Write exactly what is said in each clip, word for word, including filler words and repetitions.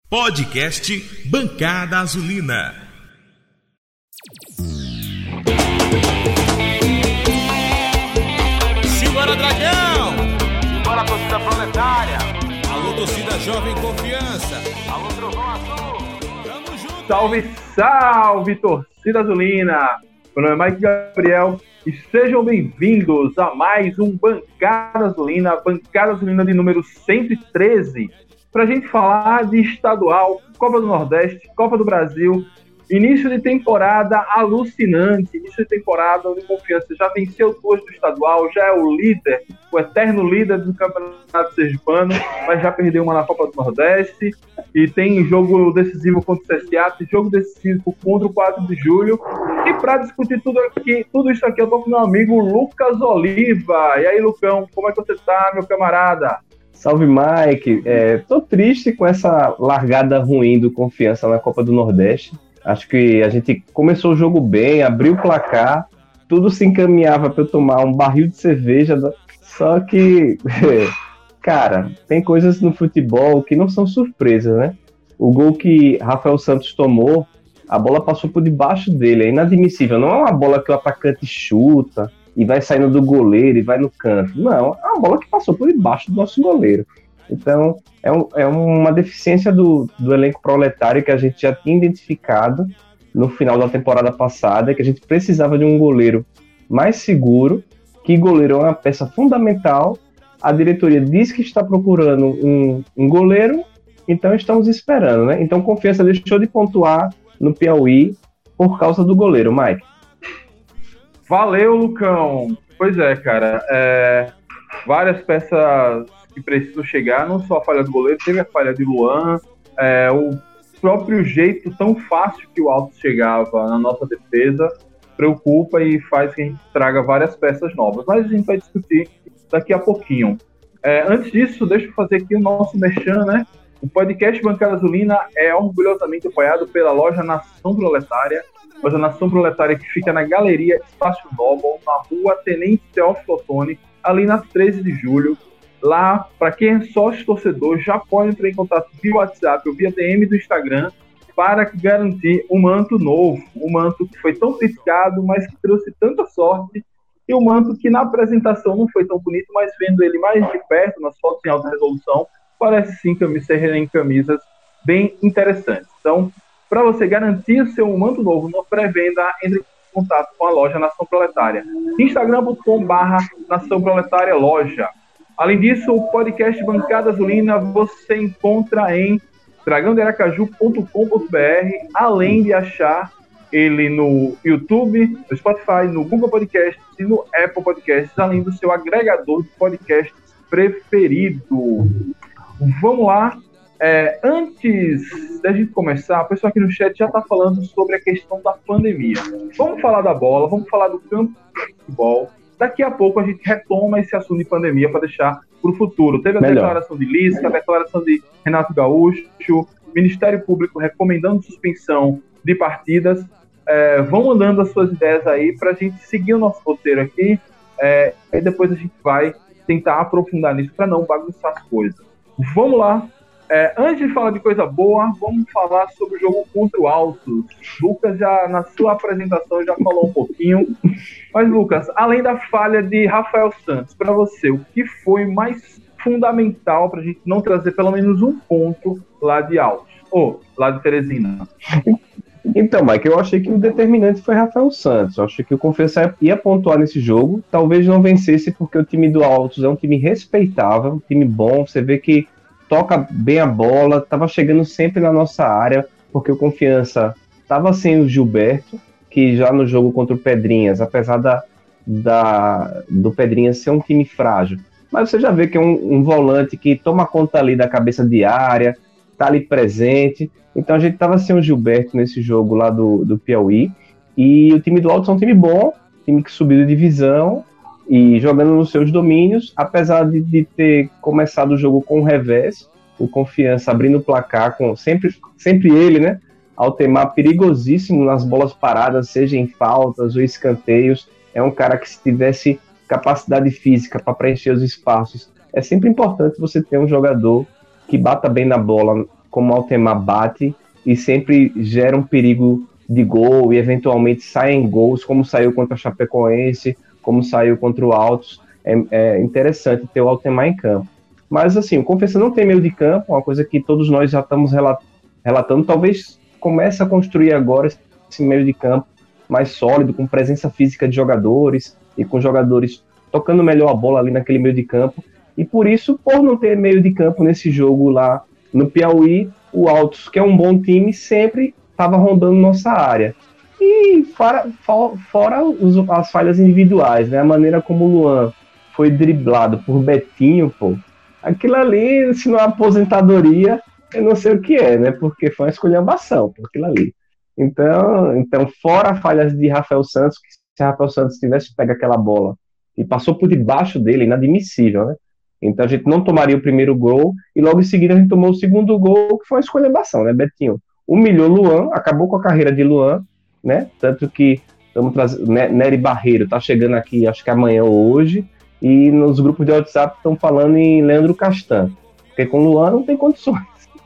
Podcast Bancada Azulina. Simbora, Dragão! Simbora, torcida proletária! Alô, torcida jovem confiança! Alô, Trovão Azul! Tamo junto! Salve, salve, torcida azulina! Meu nome é Mike Gabriel e sejam bem-vindos a mais um Bancada Azulina, Bancada Azulina de número cento e treze, para a gente falar de estadual, Copa do Nordeste, Copa do Brasil, início de temporada alucinante, início de temporada onde Confiança já venceu duas do estadual, já é o líder, o eterno líder do Campeonato Sergipano, mas já perdeu uma na Copa do Nordeste, e tem jogo decisivo contra o C S A, tem jogo decisivo contra o quatro de julho, e para discutir tudo aqui, tudo isso aqui, eu tô com meu amigo Lucas Oliva. E aí, Lucão, como é que você tá, meu camarada? Salve, Mike. É, tô triste com essa largada ruim do Confiança na Copa do Nordeste. Acho que a gente começou o jogo bem, abriu o placar, tudo se encaminhava para eu tomar um barril de cerveja, só que, cara, tem coisas no futebol que não são surpresas, né? O gol que Rafael Santos tomou, a bola passou por debaixo dele, é inadmissível. Não é uma bola que o atacante chuta e vai saindo do goleiro e vai no canto. Não, é uma bola que passou por debaixo do nosso goleiro. Então, é, um, é uma deficiência do, do elenco proletário que a gente já tinha identificado no final da temporada passada, que a gente precisava de um goleiro mais seguro, que goleiro é uma peça fundamental. A diretoria diz que está procurando um, um goleiro, então estamos esperando, né? Então, Confiança deixou de pontuar no Piauí por causa do goleiro, Mike. Valeu, Lucão. Pois é, cara. É, várias peças que precisam chegar, não só a falha do goleiro, teve a falha de Luan, é, o próprio jeito tão fácil que o Alto chegava na nossa defesa preocupa e faz que a gente traga várias peças novas. Mas a gente vai discutir daqui a pouquinho. É, antes disso, deixa eu fazer aqui o nosso merchan, né? O podcast Bancada Azulina é orgulhosamente apoiado pela loja Nação Proletária, loja Nação Proletária que fica na Galeria Espaço Novo, na rua Tenente Teófilo Otoni, ali na treze de julho. Lá, para quem é sócio torcedor, já pode entrar em contato via WhatsApp ou via D M do Instagram para garantir um manto novo, um manto que foi tão criticado, mas que trouxe tanta sorte, e um manto que na apresentação não foi tão bonito, mas vendo ele mais de perto, nas fotos em alta resolução, parece sim serem camisas bem interessantes. Então, para você garantir o seu manto novo na pré-venda, entre em contato com a loja Nação Proletária. instagram ponto com barra Nação Proletária Loja. Além disso, o podcast Bancada Azulina você encontra em dragão de aracaju ponto com ponto b r, além de achar ele no YouTube, no Spotify, no Google Podcasts e no Apple Podcasts, além do seu agregador de podcasts preferido. Vamos lá. É, antes da gente começar, o pessoal aqui no chat já está falando sobre a questão da pandemia. Vamos falar da bola, vamos falar do campo de futebol. Daqui a pouco a gente retoma esse assunto de pandemia para deixar para o futuro. Teve a Melhor. declaração de Lisca, a declaração de Renato Gaúcho, Ministério Público recomendando suspensão de partidas. É, vão mandando as suas ideias aí para a gente seguir o nosso roteiro aqui. É, e depois a gente vai tentar aprofundar nisso para não bagunçar as coisas. Vamos lá. É, antes de falar de coisa boa, vamos falar sobre o jogo contra o Altos. Lucas, já na sua apresentação, já falou um pouquinho. Mas, Lucas, além da falha de Rafael Santos, para você, o que foi mais fundamental para a gente não trazer pelo menos um ponto lá de Altos? Ou lá de Teresina? Então, Mike, eu achei que o determinante foi Rafael Santos. Eu achei que o Confiança ia pontuar nesse jogo. Talvez não vencesse porque o time do Altos é um time respeitável, um time bom. Você vê que toca bem a bola, estava chegando sempre na nossa área, porque o Confiança estava sem o Gilberto, que já no jogo contra o Pedrinhas, apesar da, da, do Pedrinhas ser um time frágil, mas você já vê que é um, um volante que toma conta ali da cabeça de área, está ali presente. Então a gente estava sem o Gilberto nesse jogo lá do, do Piauí, e o time do Altos é um time bom, time que subiu de divisão, e jogando nos seus domínios, apesar de, de ter começado o jogo com um revés, o Confiança abrindo o placar, com sempre, sempre ele, né? Altemar perigosíssimo nas bolas paradas, seja em faltas ou escanteios. É um cara que, se tivesse capacidade física para preencher os espaços, é sempre importante você ter um jogador que bata bem na bola como o Altemar bate e sempre gera um perigo de gol e eventualmente saem gols, como saiu contra a Chapecoense, como saiu contra o Altos. É, é interessante ter o Altemar em campo. Mas assim, o Confiança não tem meio de campo, uma coisa que todos nós já estamos relatando, talvez comece a construir agora esse meio de campo mais sólido, com presença física de jogadores e com jogadores tocando melhor a bola ali naquele meio de campo. E por isso, por não ter meio de campo nesse jogo lá no Piauí, o Altos, que é um bom time, sempre estava rondando nossa área. E fora, fora os, as falhas individuais, né? A maneira como o Luan foi driblado por Betinho, pô, aquilo ali, se não é aposentadoria, eu não sei o que é, né? Porque foi uma esculhambação por aquilo ali. Então, então, fora falhas de Rafael Santos, que se Rafael Santos tivesse pego aquela bola e passou por debaixo dele, inadmissível, né? Então a gente não tomaria o primeiro gol e logo em seguida a gente tomou o segundo gol, que foi uma esculhambação, né? Betinho humilhou Luan, acabou com a carreira de Luan, né? Tanto que estamos trazendo, né, Nery Barreiro tá chegando aqui, acho que amanhã ou hoje, e nos grupos de WhatsApp estão falando em Leandro Castan, porque com Luan não tem condições.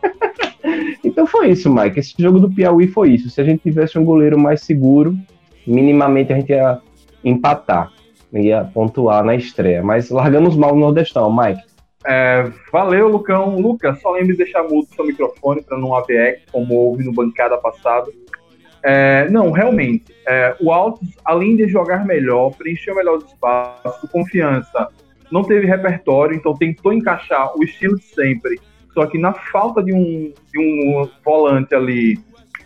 Então foi isso, Mike. Esse jogo do Piauí foi isso. Se a gente tivesse um goleiro mais seguro, minimamente a gente ia empatar, ia pontuar na estreia. Mas largamos mal no Nordestão, Mike. É, valeu, Lucão. Lucas, só lembre de deixar mudo seu microfone para não haver eco, como houve no bancada passado. É, não, realmente, é, o Altos, além de jogar melhor, preencheu melhor o espaço, Confiança, não teve repertório, então tentou encaixar o estilo de sempre. Só que na falta de um, de um volante ali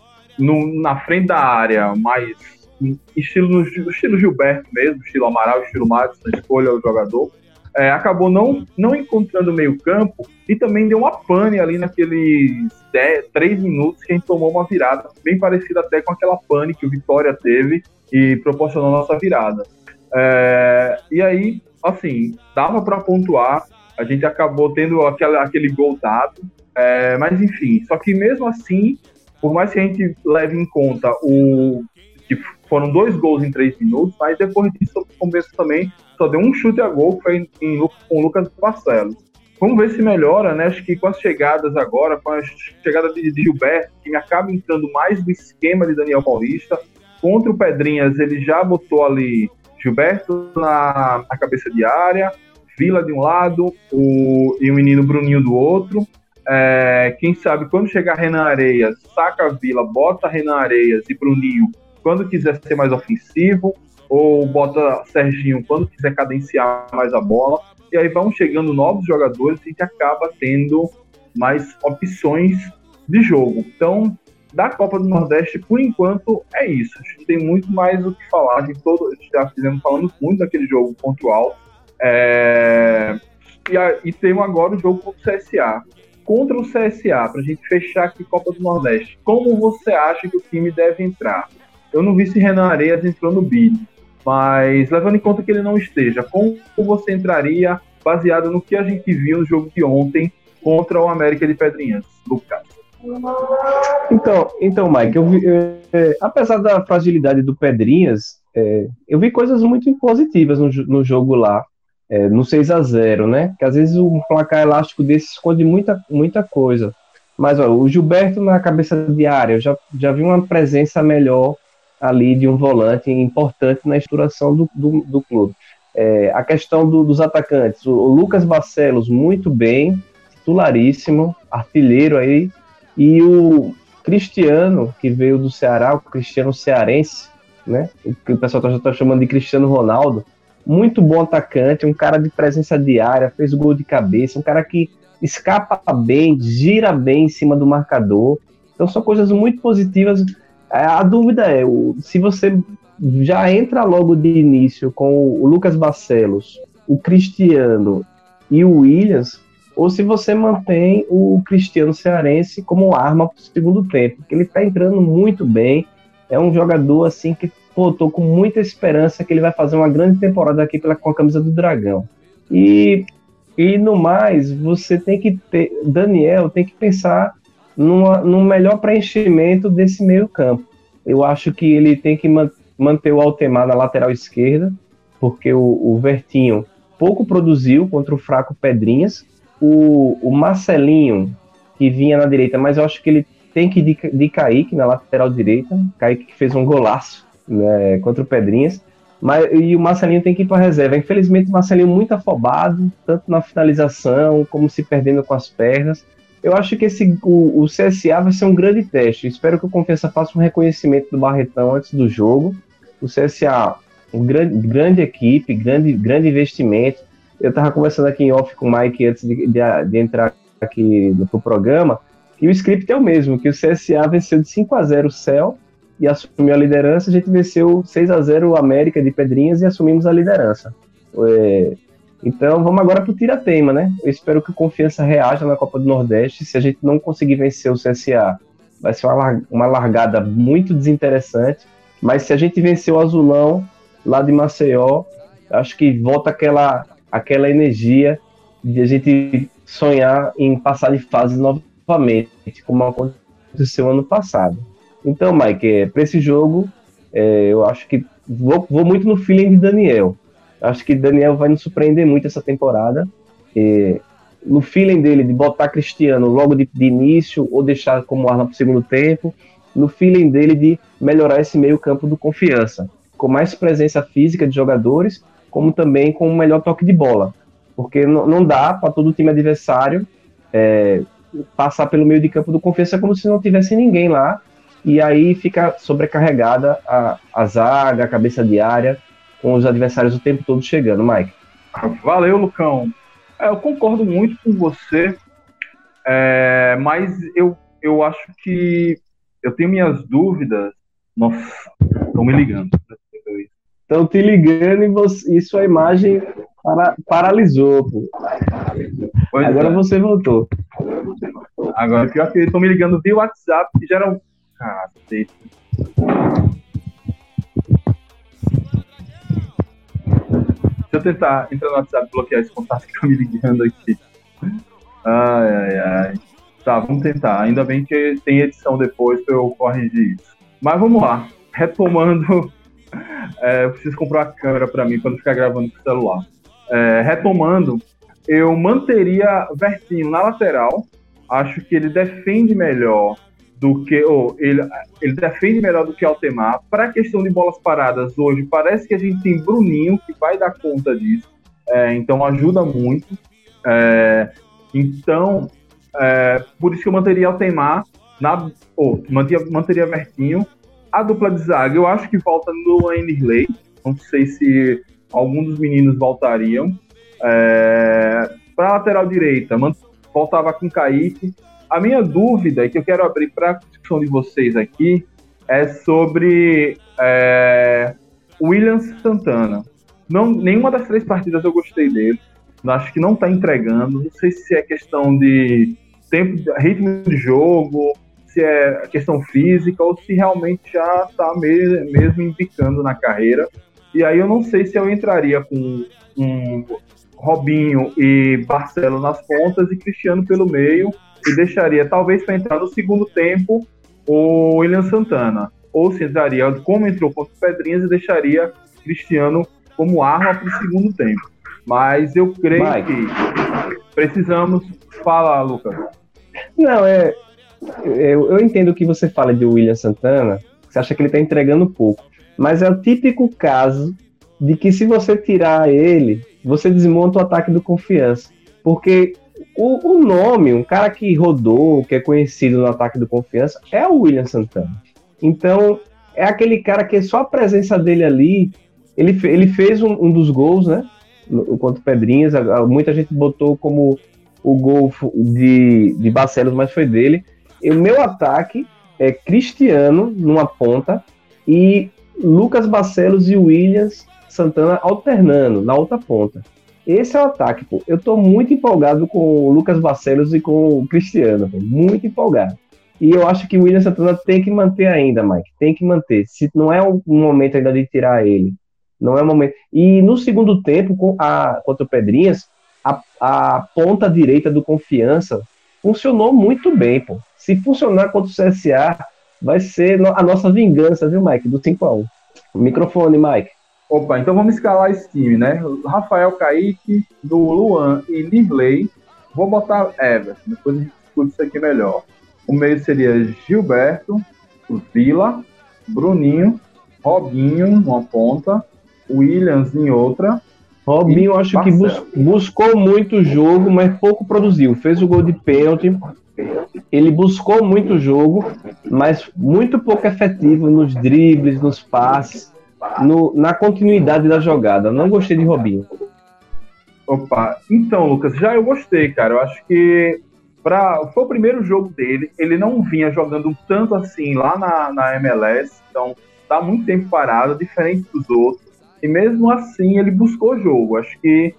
no, na frente da área, mais estilo, no estilo Gilberto mesmo, estilo Amaral, estilo Matos, na escolha do jogador, é, acabou não, não encontrando o meio campo e também deu uma pane ali naqueles dez, três minutos que a gente tomou uma virada, bem parecida até com aquela pane que o Vitória teve e proporcionou a nossa virada. É, e aí, assim, dava para pontuar. A gente acabou tendo aquele, aquele gol dado, é, mas enfim, só que mesmo assim, por mais que a gente leve em conta o que foram dois gols em três minutos, mas depois disso, o Confiança também só deu um chute a gol, que foi em, em, com o Lucas Barcelos. Vamos ver se melhora, né? Acho que com as chegadas agora, com a chegada de, de Gilberto, que acaba entrando mais no esquema de Daniel Paulista, contra o Pedrinhas, ele já botou ali Gilberto na, na cabeça de área, Vila de um lado o, e o menino Bruninho do outro. É, quem sabe quando chegar Renan Areias, saca a Vila, bota Renan Areias e Bruninho quando quiser ser mais ofensivo, ou bota Serginho quando quiser cadenciar mais a bola. E aí vão chegando novos jogadores e a gente acaba tendo mais opções de jogo. Então, da Copa do Nordeste, por enquanto, é isso. A gente tem muito mais o que falar. A gente, todo, a gente já fizemos falando muito daquele jogo contra o Alto. É, e, a, e tem agora o jogo contra o C S A. Contra o C S A, para a gente fechar aqui Copa do Nordeste, como você acha que o time deve entrar? Eu não vi se Renan Areias entrou no bid, mas levando em conta que ele não esteja, como você entraria baseado no que a gente viu no jogo de ontem contra o América de Pedrinhas, Lucas? Então, então Mike, eu vi, é, apesar da fragilidade do Pedrinhas, é, eu vi coisas muito positivas no, no jogo lá. É, no seis a zero, né? Que às vezes um placar elástico desse esconde muita, muita coisa. Mas ó, o Gilberto na cabeça de área, eu já, já vi uma presença melhor ali de um volante importante na estruturação do, do, do clube. É, a questão do, dos atacantes, o, o Lucas Barcelos muito bem, titularíssimo, artilheiro aí, e o Cristiano, que veio do Ceará, o Cristiano Cearense, né? O que o pessoal já está chamando de Cristiano Ronaldo. Muito bom atacante, um cara de presença diária, fez gol de cabeça, um cara que escapa bem, gira bem em cima do marcador. Então são coisas muito positivas. A dúvida é, se você já entra logo de início com o Lucas Barcelos, o Cristiano e o Williams, ou se você mantém o Cristiano Cearense como arma para o segundo tempo, porque ele está entrando muito bem, é um jogador assim que pô, tô com muita esperança que ele vai fazer uma grande temporada aqui pela, com a camisa do Dragão. E, e no mais, você tem que ter, Daniel tem que pensar numa, num melhor preenchimento desse meio campo. Eu acho que ele tem que man, manter o Altemar na lateral esquerda, porque o, o Vertinho pouco produziu contra o fraco Pedrinhas. O, o Marcelinho que vinha na direita, mas eu acho que ele tem que ir de, de Kaique na lateral direita. Kaique que fez um golaço, né, contra o Pedrinhas. Mas, e o Marcelinho tem que ir para reserva. Infelizmente, o Marcelinho muito afobado, tanto na finalização, como se perdendo com as pernas. Eu acho que esse, o, o C S A vai ser um grande teste. Espero que o Confiança faça um reconhecimento do Barretão antes do jogo. O C S A, um grande, grande equipe, grande, grande investimento. Eu estava conversando aqui em off com o Mike antes de, de, de entrar aqui no pro programa, e o script é o mesmo, que o C S A venceu de cinco a zero o C E L e assumiu a liderança. A gente venceu seis a zero o América de Pedrinhas e assumimos a liderança. É, então vamos agora pro tira-teima, né? Eu espero que o Confiança reaja na Copa do Nordeste. Se a gente não conseguir vencer o C S A, vai ser uma, uma largada muito desinteressante, mas se a gente vencer o Azulão lá de Maceió, acho que volta aquela, aquela energia de a gente sonhar em passar de fase novamente, como aconteceu ano passado. Então, Mike, para esse jogo, é, eu acho que vou, vou muito no feeling de Daniel. Acho que Daniel vai nos surpreender muito essa temporada. É, no feeling dele de botar Cristiano logo de, de início ou deixar como arma para o segundo tempo. No feeling dele de melhorar esse meio campo do Confiança, com mais presença física de jogadores, como também com um melhor toque de bola. Porque não, não dá para todo o time adversário é, passar pelo meio de campo do Confiança como se não tivesse ninguém lá, e aí fica sobrecarregada a, a zaga, a cabeça de área, com os adversários o tempo todo chegando. Mike. Valeu, Lucão. É, eu concordo muito com você, é, mas eu, eu acho que eu tenho minhas dúvidas. Nossa, estão me ligando. Estão te ligando e, você, e sua imagem para, paralisou, pô. Pois Agora é. Você voltou. Agora, pior que eles estão me ligando via WhatsApp, que gera um... Cacete. Deixa eu tentar entrar no WhatsApp e bloquear esse contato que está me ligando aqui. Ai, ai, ai. Tá, vamos tentar. Ainda bem que tem edição depois para eu corrigir isso. Mas vamos lá. Retomando... É, eu preciso comprar uma câmera para mim, para não ficar gravando com o celular. É, retomando, eu manteria Vertinho na lateral. Acho que ele defende melhor do que... Oh, ele, ele defende melhor do que Altemar. Para a questão de bolas paradas, hoje parece que a gente tem Bruninho, que vai dar conta disso. É, então ajuda muito. É, então, é, por isso que eu manteria Altemar, na, oh, manteria, manteria Vertinho. A dupla de zaga, eu acho que volta no Enirley. Não sei se algum dos meninos voltariam. É, para a lateral direita, voltava com Kaique. A minha dúvida, e que eu quero abrir para a discussão de vocês aqui, é sobre é, William Santana. Não, nenhuma das três partidas eu gostei dele. Acho que não está entregando. Não sei se é questão de tempo, ritmo de jogo, se é questão física ou se realmente já está mesmo, mesmo indicando na carreira. E aí eu não sei se eu entraria com um Robinho e Barcelos nas pontas e Cristiano pelo meio e deixaria talvez para entrar no segundo tempo o William Santana. Ou se entraria como entrou contra o Pedrinhas e deixaria Cristiano como arma para o segundo tempo. Mas eu creio Mike. que precisamos... Fala, Lucas. Não, é... Eu, eu entendo o que você fala de William Santana, você acha que ele está entregando pouco, mas é o típico caso de que se você tirar ele, você desmonta o ataque do Confiança, porque o, o nome, um cara que rodou, que é conhecido no ataque do Confiança, é o William Santana. Então, é aquele cara que só a presença dele ali, ele, ele fez um, um dos gols, né, no, contra o Pedrinhas, muita gente botou como o gol de, de Barcelos, mas foi dele. O meu ataque é Cristiano numa ponta e Lucas Barcelos e Williams Santana alternando na outra ponta. Esse é o ataque, pô. Eu tô muito empolgado com o Lucas Barcelos e com o Cristiano, pô. Muito empolgado. E eu acho que o William Santana tem que manter ainda, Mike. Tem que manter. Se não é um momento ainda de tirar ele. Não é o momento. E no segundo tempo, com a, contra o Pedrinhas, a, a ponta direita do Confiança funcionou muito bem, pô. Se funcionar contra o C S A, vai ser a nossa vingança, viu, Mike? Do cinco a um. Microfone, Mike. Opa, então vamos escalar esse time, né? Rafael, Kaique, do Luan e Nirley. Vou botar Everton. Depois discute isso aqui melhor. O meio seria Gilberto, Vila, Bruninho, Robinho numa ponta, Williams em outra. Robinho, eu acho que bus- buscou muito o jogo, mas pouco produziu. Fez o gol de pênalti. Ele buscou muito o jogo, mas muito pouco efetivo nos dribles, nos passes, no, na continuidade da jogada. Não gostei de Robinho. Opa, então, Lucas, já eu gostei, cara. Eu acho que pra, foi o primeiro jogo dele. Ele não vinha jogando tanto assim lá na, na M L S, então tá muito tempo parado, diferente dos outros. E mesmo assim ele buscou o jogo. Acho que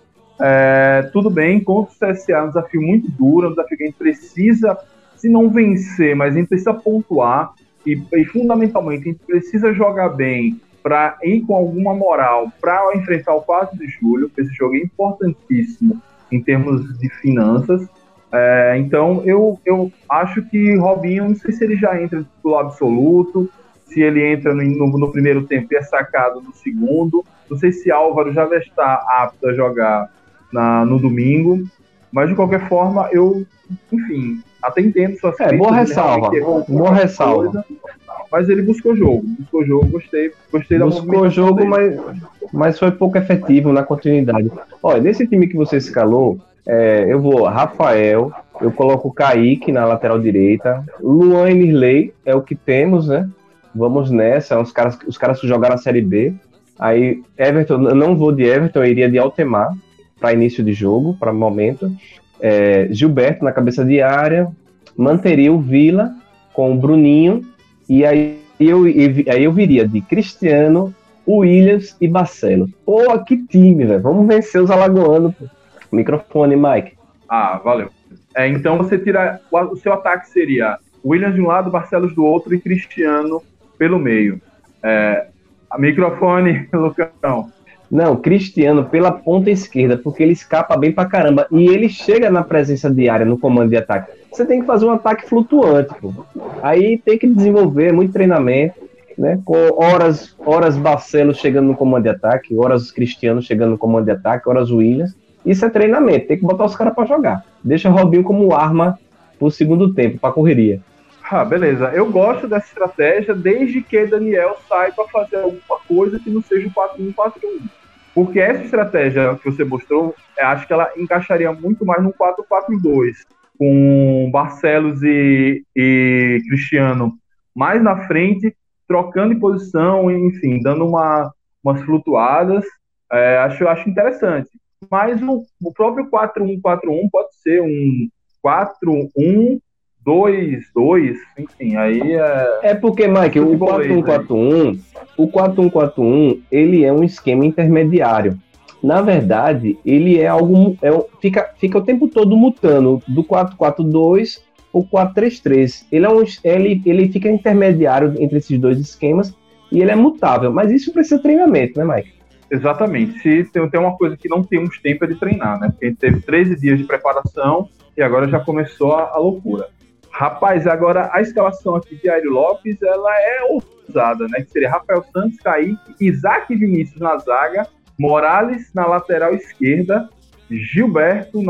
é, tudo bem, contra o C S A é um desafio muito duro, é um desafio que a gente precisa, se não vencer, mas a gente precisa pontuar e, e fundamentalmente a gente precisa jogar bem para ir com alguma moral para enfrentar o quatro de julho. Esse jogo é importantíssimo em termos de finanças. É, então eu, eu acho que Robinho, não sei se ele já entra no titular absoluto, se ele entra no, no, no primeiro tempo e é sacado no segundo. Não sei se Álvaro já vai estar apto a jogar na, no domingo. Mas, de qualquer forma, eu, enfim, até entendo suas É, boa ressalva. Boa ressalva. Mas ele buscou jogo. Buscou jogo, gostei. Gostei da Buscou jogo, mas, mas foi pouco efetivo na continuidade. Olha, nesse time que você escalou, é, eu vou Rafael, eu coloco Kaique na lateral direita, Luan e Nirley é o que temos, né? Vamos nessa, os caras, os caras que jogaram a Série B. Aí, Everton, eu não vou de Everton, eu iria de Altemar para início de jogo, para momento. É, Gilberto na cabeça de área, manteria o Vila com o Bruninho, e aí eu, aí eu viria de Cristiano, Williams e Barcelos. Pô, que time, velho. Vamos vencer os alagoanos. Pô. Microfone, Mike. Ah, valeu. É, então você tira. O, o seu ataque seria Williams de um lado, Barcelos do outro e Cristiano pelo meio. É, a microfone, Lucão. Não, Cristiano pela ponta esquerda, porque ele escapa bem pra caramba. E ele chega na presença de área, no comando de ataque. Você tem que fazer um ataque flutuante, pô. Aí tem que desenvolver muito treinamento, né? Com horas, horas Barcelos chegando no comando de ataque, horas Cristiano chegando no comando de ataque, horas Williams. Isso é treinamento, tem que botar os caras pra jogar. Deixa Robinho como arma pro segundo tempo, pra correria. Ah, beleza. Eu gosto dessa estratégia desde que Daniel saiba fazer alguma coisa que não seja o quatro um quatro um. Porque essa estratégia que você mostrou, eu acho que ela encaixaria muito mais no quatro quatro dois, com Barcelos e, e Cristiano mais na frente, trocando de posição, enfim, dando uma, umas flutuadas. É, acho, acho interessante. Mas o, o próprio quatro um quatro um pode ser um quatro um dois dois, enfim, aí é... É porque, Mike, o quatro um quatro um, o quatro um quatro um, ele é um esquema intermediário. Na verdade, ele é algo... É, fica, fica o tempo todo mutando do quatro quatro dois para o quatro três três. Ele, é um, ele, ele fica intermediário entre esses dois esquemas e ele é mutável. Mas isso precisa de treinamento, né, Mike? Exatamente. Se tem, tem uma coisa que não temos tempo é de treinar, né? Porque a gente teve treze dias de preparação e agora já começou a, a loucura. Rapaz, agora a escalação aqui de Airo Lopes, ela é ousada, né? Que seria Rafael Santos, Kaique, Isaac Vinícius na zaga, Morales na lateral esquerda, Gilberto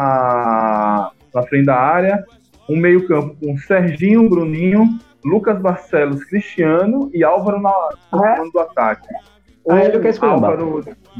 na, na frente da área, um meio campo com Serginho, Bruninho, Lucas Barcelos, Cristiano e Álvaro na, no comando do ataque. Ah, ele quer Álvaro,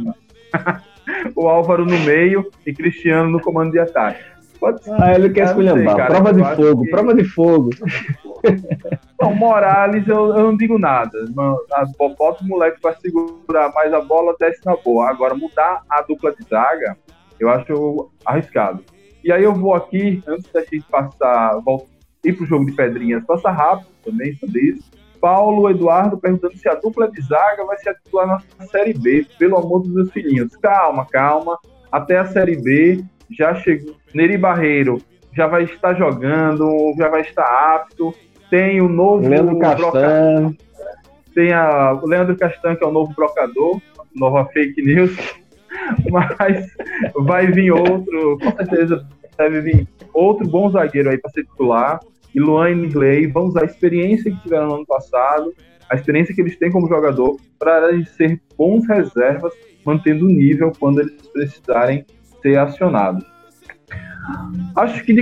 o Álvaro no meio e Cristiano no comando de ataque. Pode ser. Ah, ele quer esculhambar. Prova de fogo, que... prova de fogo. Não, Morales, eu, eu não digo nada. Bota o moleque para segurar mais a bola, desce na boa. Agora, mudar a dupla de zaga, eu acho arriscado. E aí eu vou aqui, antes da gente passar, voltar, ir para o jogo de pedrinhas, passa rápido também sobre isso. Paulo Eduardo perguntando se a dupla de zaga vai se titular na Série B, pelo amor dos meus filhinhos. Calma, calma. Até a Série B já chegou. Neri Barreiro já vai estar jogando, já vai estar apto. Tem o novo Leandro Castan. Tem a, o Leandro Castan, que é o novo brocador, nova fake news. Mas vai vir outro, com certeza deve vir outro bom zagueiro aí para ser titular. E Luan e Nirley vão usar a experiência que tiveram no ano passado, a experiência que eles têm como jogador, para eles ser bons reservas, mantendo o nível quando eles precisarem ser acionados. Acho que de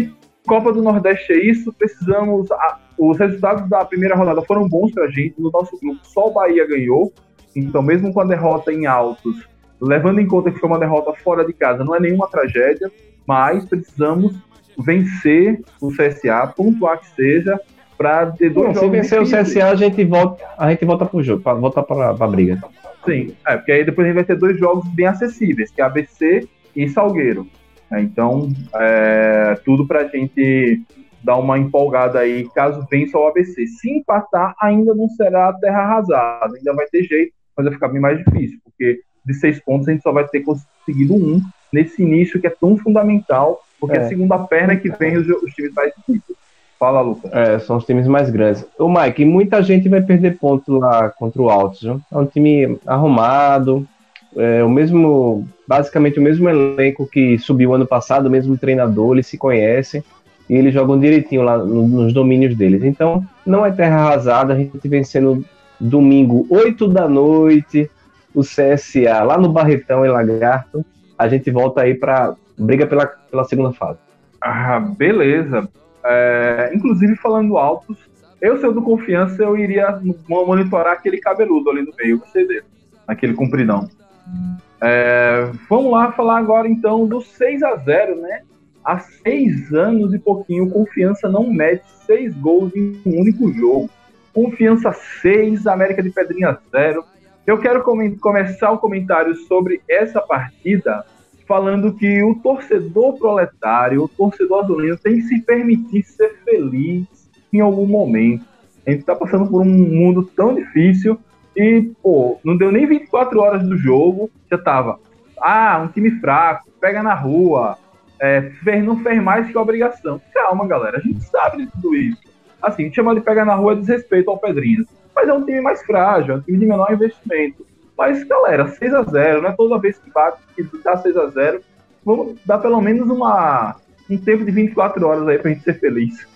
Copa do Nordeste é isso, precisamos... A, os resultados da primeira rodada foram bons pra gente, no nosso grupo só o Bahia ganhou, então mesmo com a derrota em Altos, levando em conta que foi uma derrota fora de casa, não é nenhuma tragédia, mas precisamos vencer o C S A, pontuar que seja, para ter dois Não, jogos. Se vencer difíceis. O C S A, a gente volta, a gente volta pro jogo, pra, volta pra, pra briga. Sim, é, porque aí depois a gente vai ter dois jogos bem acessíveis, que é A B C e Salgueiro. É, então, é, tudo pra gente dar uma empolgada aí, caso vença o A B C. Se empatar, ainda não será terra arrasada, ainda vai ter jeito, mas vai ficar bem mais difícil, porque de seis pontos a gente só vai ter conseguido um nesse início que é tão fundamental, porque é a segunda perna que vem os, os times mais difíceis. Fala, Lucas. É, são os times mais grandes. Ô, Mike, muita gente vai perder ponto lá contra o Altos, viu? É um time arrumado, é o mesmo, basicamente o mesmo elenco que subiu ano passado, o mesmo treinador, eles se conhecem e eles jogam direitinho lá no, nos domínios deles. Então, não é terra arrasada, a gente vencendo domingo, oito da noite, o C S A lá no Barretão, em Lagarto, a gente volta aí pra briga pela, pela segunda fase. Ah, beleza. É, inclusive, falando Altos, eu, sendo do Confiança, eu iria monitorar aquele cabeludo ali no meio, gostei dele, aquele compridão. É, vamos lá falar agora, então, do seis a zero, né? Há seis anos e pouquinho, Confiança não mete seis gols em um único jogo. Confiança seis, América de Pedrinha zero. Eu quero come- começar o comentário sobre essa partida falando que o torcedor proletário, o torcedor azulino, tem que se permitir ser feliz em algum momento. A gente tá passando por um mundo tão difícil e, pô, não deu nem vinte e quatro horas do jogo, já tava, ah, um time fraco, pega na rua, é, fez, não fez mais que a obrigação. Calma, galera, a gente sabe de tudo isso. Assim, chamar de pegar na rua é desrespeito ao Pedrinhas, mas é um time mais frágil, é um time de menor investimento. Mas, galera, seis a zero, não é toda vez que bate que dá seis a zero. Vamos dar pelo menos uma, um tempo de vinte e quatro horas aí pra gente ser feliz.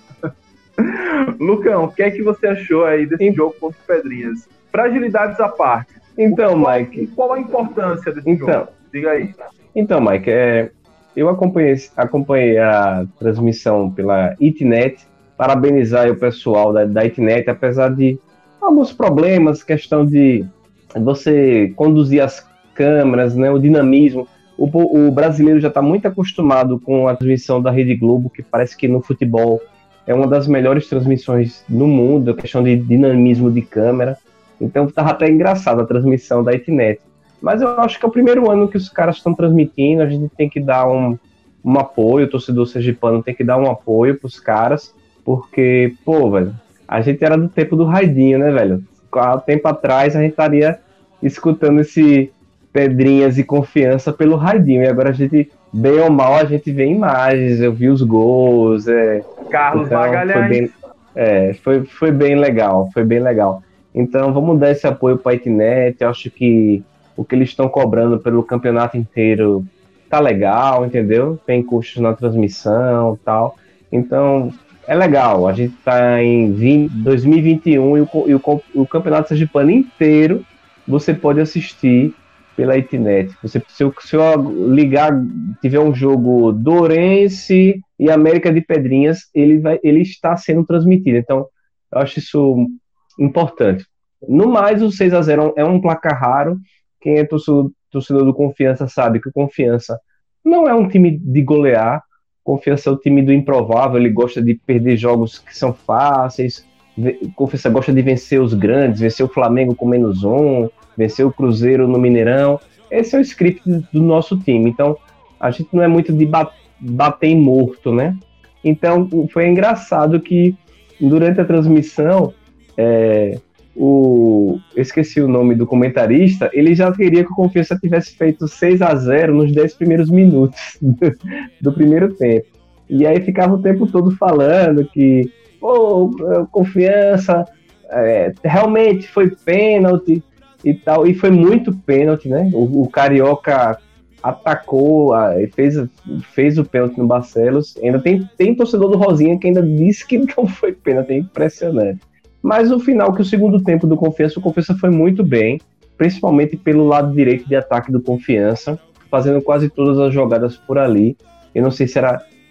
Lucão, o que é que você achou aí desse então, jogo contra o Pedrinhas? Fragilidades à parte. Então, qual, Mike... Qual a importância desse então, jogo? Diga aí. Então, Mike, é, eu acompanhei, acompanhei a transmissão pela Itnet, parabenizar o pessoal da, da Itnet, apesar de alguns problemas, questão de você conduzir as câmeras, né, o dinamismo. O, o brasileiro já está muito acostumado com a transmissão da Rede Globo, que parece que no futebol é uma das melhores transmissões no mundo, a questão de dinamismo de câmera. Então estava até engraçado a transmissão da Itnet. Mas eu acho que é o primeiro ano que os caras estão transmitindo, a gente tem que dar um, um apoio, o torcedor sergipano tem que dar um apoio para os caras, porque, pô, velho, a gente era do tempo do Raidinho, né, velho? Há tempo atrás a gente estaria escutando esse Pedrinhas e Confiança pelo Raidinho, e agora a gente, bem ou mal, a gente vê imagens, eu vi os gols, é, Carlos então, Magalhães. Foi bem, é, foi, foi bem legal, foi bem legal. Então vamos dar esse apoio para a Itnet, eu acho que o que eles estão cobrando pelo campeonato inteiro tá legal, entendeu? Tem custos na transmissão e tal, então é legal, a gente tá em vinte, dois mil e vinte e um e o, e o, o campeonato sergipano inteiro você pode assistir pela Itnet. Você, se, eu, se eu ligar, tiver um jogo Dourense e América de Pedrinhas, ele, vai, ele está sendo transmitido. Então, eu acho isso importante. No mais, o seis a zero é um placar raro. Quem é torcedor, torcedor do Confiança sabe que o Confiança não é um time de golear. Confiança é o time do improvável. Ele gosta de perder jogos que são fáceis. Confiança gosta de vencer os grandes, vencer o Flamengo com menos um, vencer o Cruzeiro no Mineirão. Esse é o script do nosso time. Então, a gente não é muito de bater em morto, né? Então, foi engraçado que durante a transmissão, é, o, eu esqueci o nome do comentarista, ele já queria que o Confiança tivesse feito seis a zero nos dez primeiros minutos do, do primeiro tempo. E aí ficava o tempo todo falando que, pô, Confiança, é, realmente foi pênalti e tal, e foi muito pênalti, né? O, o Carioca atacou, fez, fez o pênalti no Barcelos. Ainda tem, tem torcedor do Rosinha que ainda disse que não foi pênalti, é impressionante. Mas no final, que o segundo tempo do Confiança, o Confiança foi muito bem, principalmente pelo lado direito de ataque do Confiança, fazendo quase todas as jogadas por ali. Eu não sei se era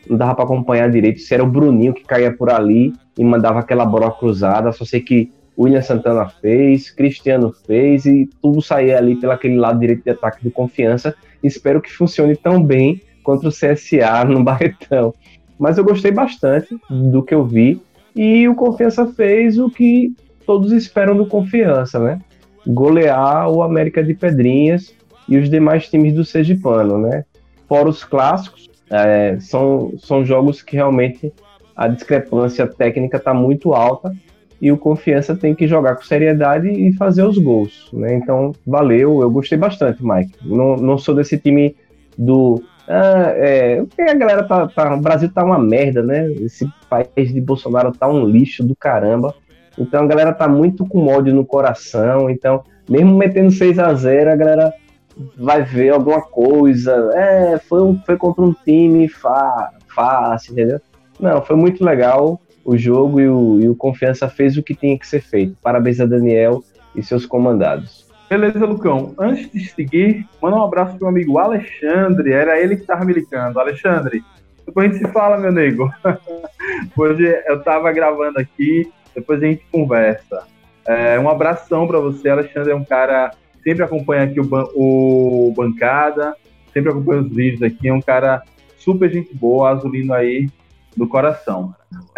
não dava para acompanhar direito se era o Bruninho que caía por ali e mandava aquela bola cruzada. Só sei que William Santana fez, Cristiano fez e tudo saía ali pelo aquele lado direito de ataque do Confiança. Espero que funcione tão bem contra o C S A no Barretão. Mas eu gostei bastante do que eu vi e o Confiança fez o que todos esperam do Confiança, né? Golear o América de Pedrinhas e os demais times do Sergipano, né? Fora os clássicos, é, são, são jogos que realmente a discrepância técnica está muito alta e o Confiança tem que jogar com seriedade e fazer os gols, né? Então, valeu, eu gostei bastante, Mike. Não, não sou desse time do... Ah, é, porque a galera tá, tá... O Brasil tá uma merda, né? Esse país de Bolsonaro tá um lixo do caramba. Então a galera tá muito com ódio no coração. Então, mesmo metendo seis a zero, a galera vai ver alguma coisa. É, foi, um, foi contra um time fa, fácil, entendeu? Não, foi muito legal o jogo e o, e o Confiança fez o que tinha que ser feito. Parabéns a Daniel e seus comandados. Beleza, Lucão. Antes de seguir, manda um abraço pro meu amigo Alexandre. Era ele que tava me ligando. Alexandre, depois a gente se fala, meu nego. Hoje eu tava gravando aqui, depois a gente conversa. É, um abração pra você, Alexandre. É um cara que sempre acompanha aqui o, ban- o Bancada, sempre acompanha os vídeos aqui. É um cara super gente boa, azulino aí do coração.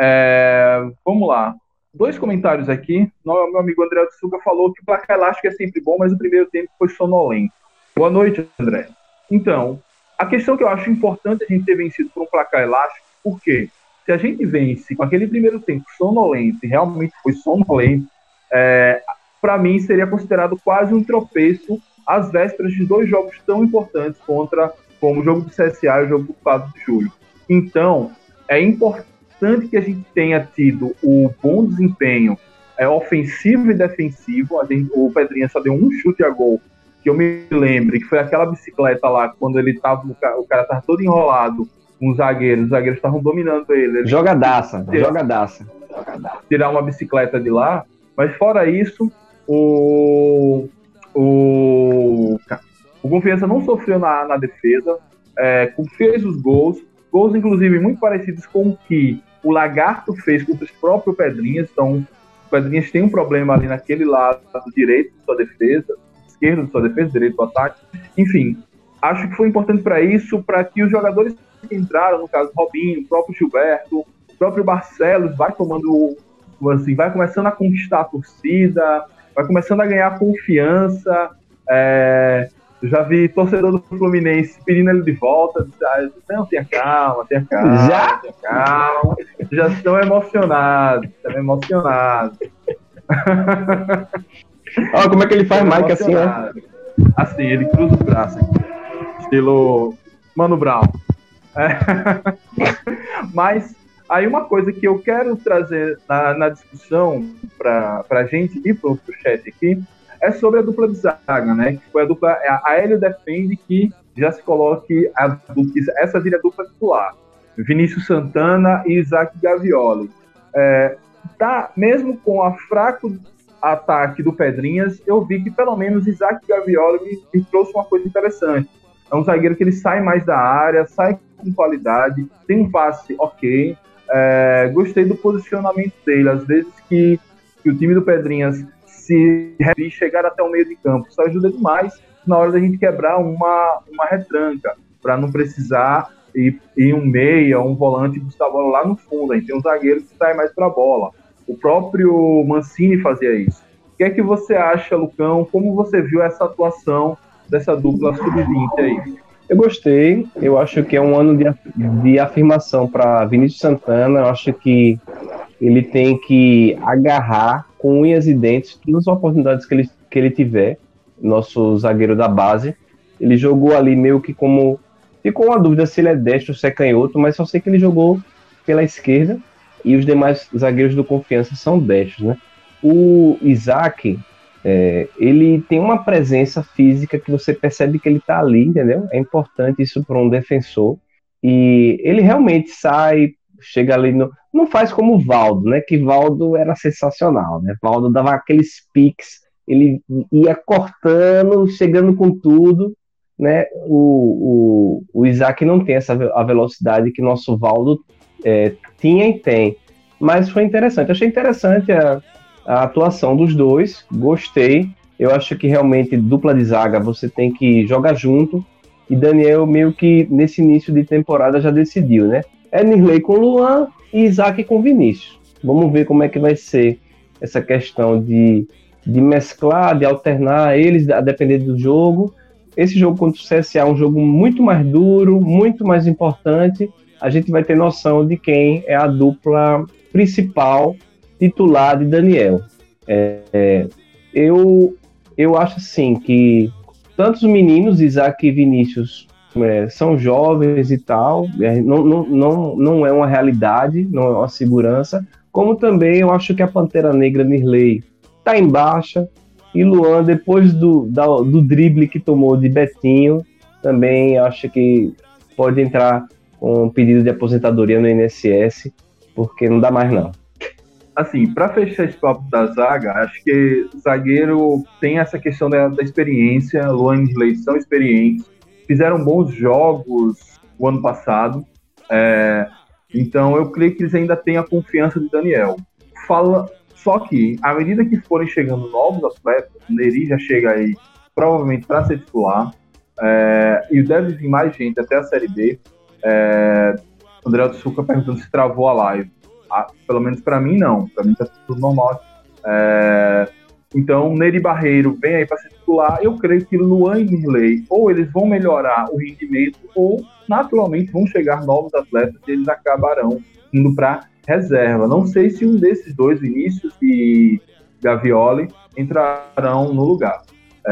É, vamos lá. Dois comentários aqui. Meu amigo André de Suga falou que o placar elástico é sempre bom, mas o primeiro tempo foi sonolento. Boa noite, André. Então, a questão que eu acho importante a gente ter vencido por um placar elástico, porque se a gente vence com aquele primeiro tempo sonolento, e realmente foi sonolento, é, para mim seria considerado quase um tropeço às vésperas de dois jogos tão importantes contra, como o jogo do C S A e o jogo do quatro de julho. Então, é importante que a gente tenha tido o bom desempenho é, ofensivo e defensivo. A gente, o Pedrinha só deu um chute a gol, que eu me lembro, que foi aquela bicicleta lá, quando ele tava, o cara, o cara tava todo enrolado com os zagueiros, os zagueiros estavam dominando ele. ele Jogadaça, tirar, jogadaça. Tirar uma bicicleta de lá, mas fora isso, o, o, o Confiança não sofreu na, na defesa, é, fez os gols, gols inclusive muito parecidos com o que o Lagarto fez contra os próprios Pedrinhas. Então, o Pedrinhas tem um problema ali naquele lado direito de sua defesa, esquerdo de sua defesa, direito do ataque. Enfim, acho que foi importante para isso, para que os jogadores que entraram, no caso Robinho, o próprio Gilberto, o próprio Barcelos, vai tomando, assim, vai começando a conquistar a torcida, vai começando a ganhar confiança. É, eu já vi torcedor do Fluminense pedindo ele de volta. Não, tenha calma, tenha calma, Já? tenha calma. Já estão emocionados, estão emocionados. Olha como é que ele faz, Mike, assim, né? Assim, ele cruza os braços aqui. Estilo Mano Brown. É. Mas aí uma coisa que eu quero trazer na, na discussão para a gente e para o chat aqui é sobre a dupla de zaga, né? Que foi a dupla. A Hélio defende que já se coloque a, que essa vira a dupla titular. Vinícius Santana e Isaac Gavioli. É, tá, mesmo com a fraco ataque do Pedrinhas, eu vi que pelo menos Isaac Gavioli me, me trouxe uma coisa interessante. É um zagueiro que ele sai mais da área, sai com qualidade, tem um passe ok. É, gostei do posicionamento dele. Às vezes que, que o time do Pedrinhas se chegar até o meio de campo, isso ajuda demais na hora da gente quebrar uma, uma retranca, para não precisar ir, ir um meia, um volante buscar a bola lá no fundo. A gente tem um zagueiro que sai mais para a bola. O próprio Mancini fazia isso. O que é que você acha, Lucão? Como você viu essa atuação dessa dupla sub vinte aí? Eu gostei, eu acho que é um ano de, de afirmação para Vinícius Santana. Eu acho que ele tem que agarrar com unhas e dentes todas as oportunidades que ele, que ele tiver, nosso zagueiro da base. Ele jogou ali meio que como... Ficou uma dúvida se ele é destro ou se é canhoto, mas só sei que ele jogou pela esquerda e os demais zagueiros do Confiança são destros, né? O Isaac... É, ele tem uma presença física que você percebe que ele está ali, entendeu? É importante isso para um defensor. E ele realmente sai, chega ali no... Não faz como o Valdo, né? Que Valdo era sensacional, né? Valdo dava aqueles piques, ele ia cortando, chegando com tudo. né, o, o, o Isaac não tem essa a velocidade que nosso Valdo é, tinha e tem. Mas foi interessante. Eu achei interessante a, a atuação dos dois, gostei. Eu acho que realmente dupla de zaga você tem que jogar junto. E Daniel meio que nesse início de temporada já decidiu, né? É Nirley com Luan e Isaac com Vinícius. Vamos ver como é que vai ser essa questão de, de mesclar, de alternar eles, a depender do jogo. Esse jogo contra o C S A é um jogo muito mais duro, muito mais importante. A gente vai ter noção de quem é a dupla principal titular de Daniel. É, é, eu, eu acho assim que tantos meninos, Isaac e Vinícius, é, são jovens e tal, é, não, não, não, não é uma realidade, não é uma segurança, como também eu acho que a Pantera Negra Nirley está em baixa, e Luan, depois do, da, do drible que tomou de Betinho, também acho que pode entrar com um pedido de aposentadoria no I N S S, porque não dá mais não. Assim, para fechar esse papo da zaga, acho que zagueiro tem essa questão da, da experiência. Luan e Nirley são experientes, fizeram bons jogos o ano passado, é, então eu creio que eles ainda têm a confiança de Daniel. Fala, só que, à medida que forem chegando novos atletas, o Neri já chega aí provavelmente para ser titular, é, e deve vir mais gente até a Série B. É, André Otsuka perguntando se travou a live. Ah, pelo menos para mim não, para mim tá tudo normal. É, então Neri Barreiro vem aí para ser titular. Eu creio que Luan e Nirley ou eles vão melhorar o rendimento ou naturalmente vão chegar novos atletas e eles acabarão indo para reserva. Não sei se um desses dois, Vinícius e Gavioli, entrarão no lugar.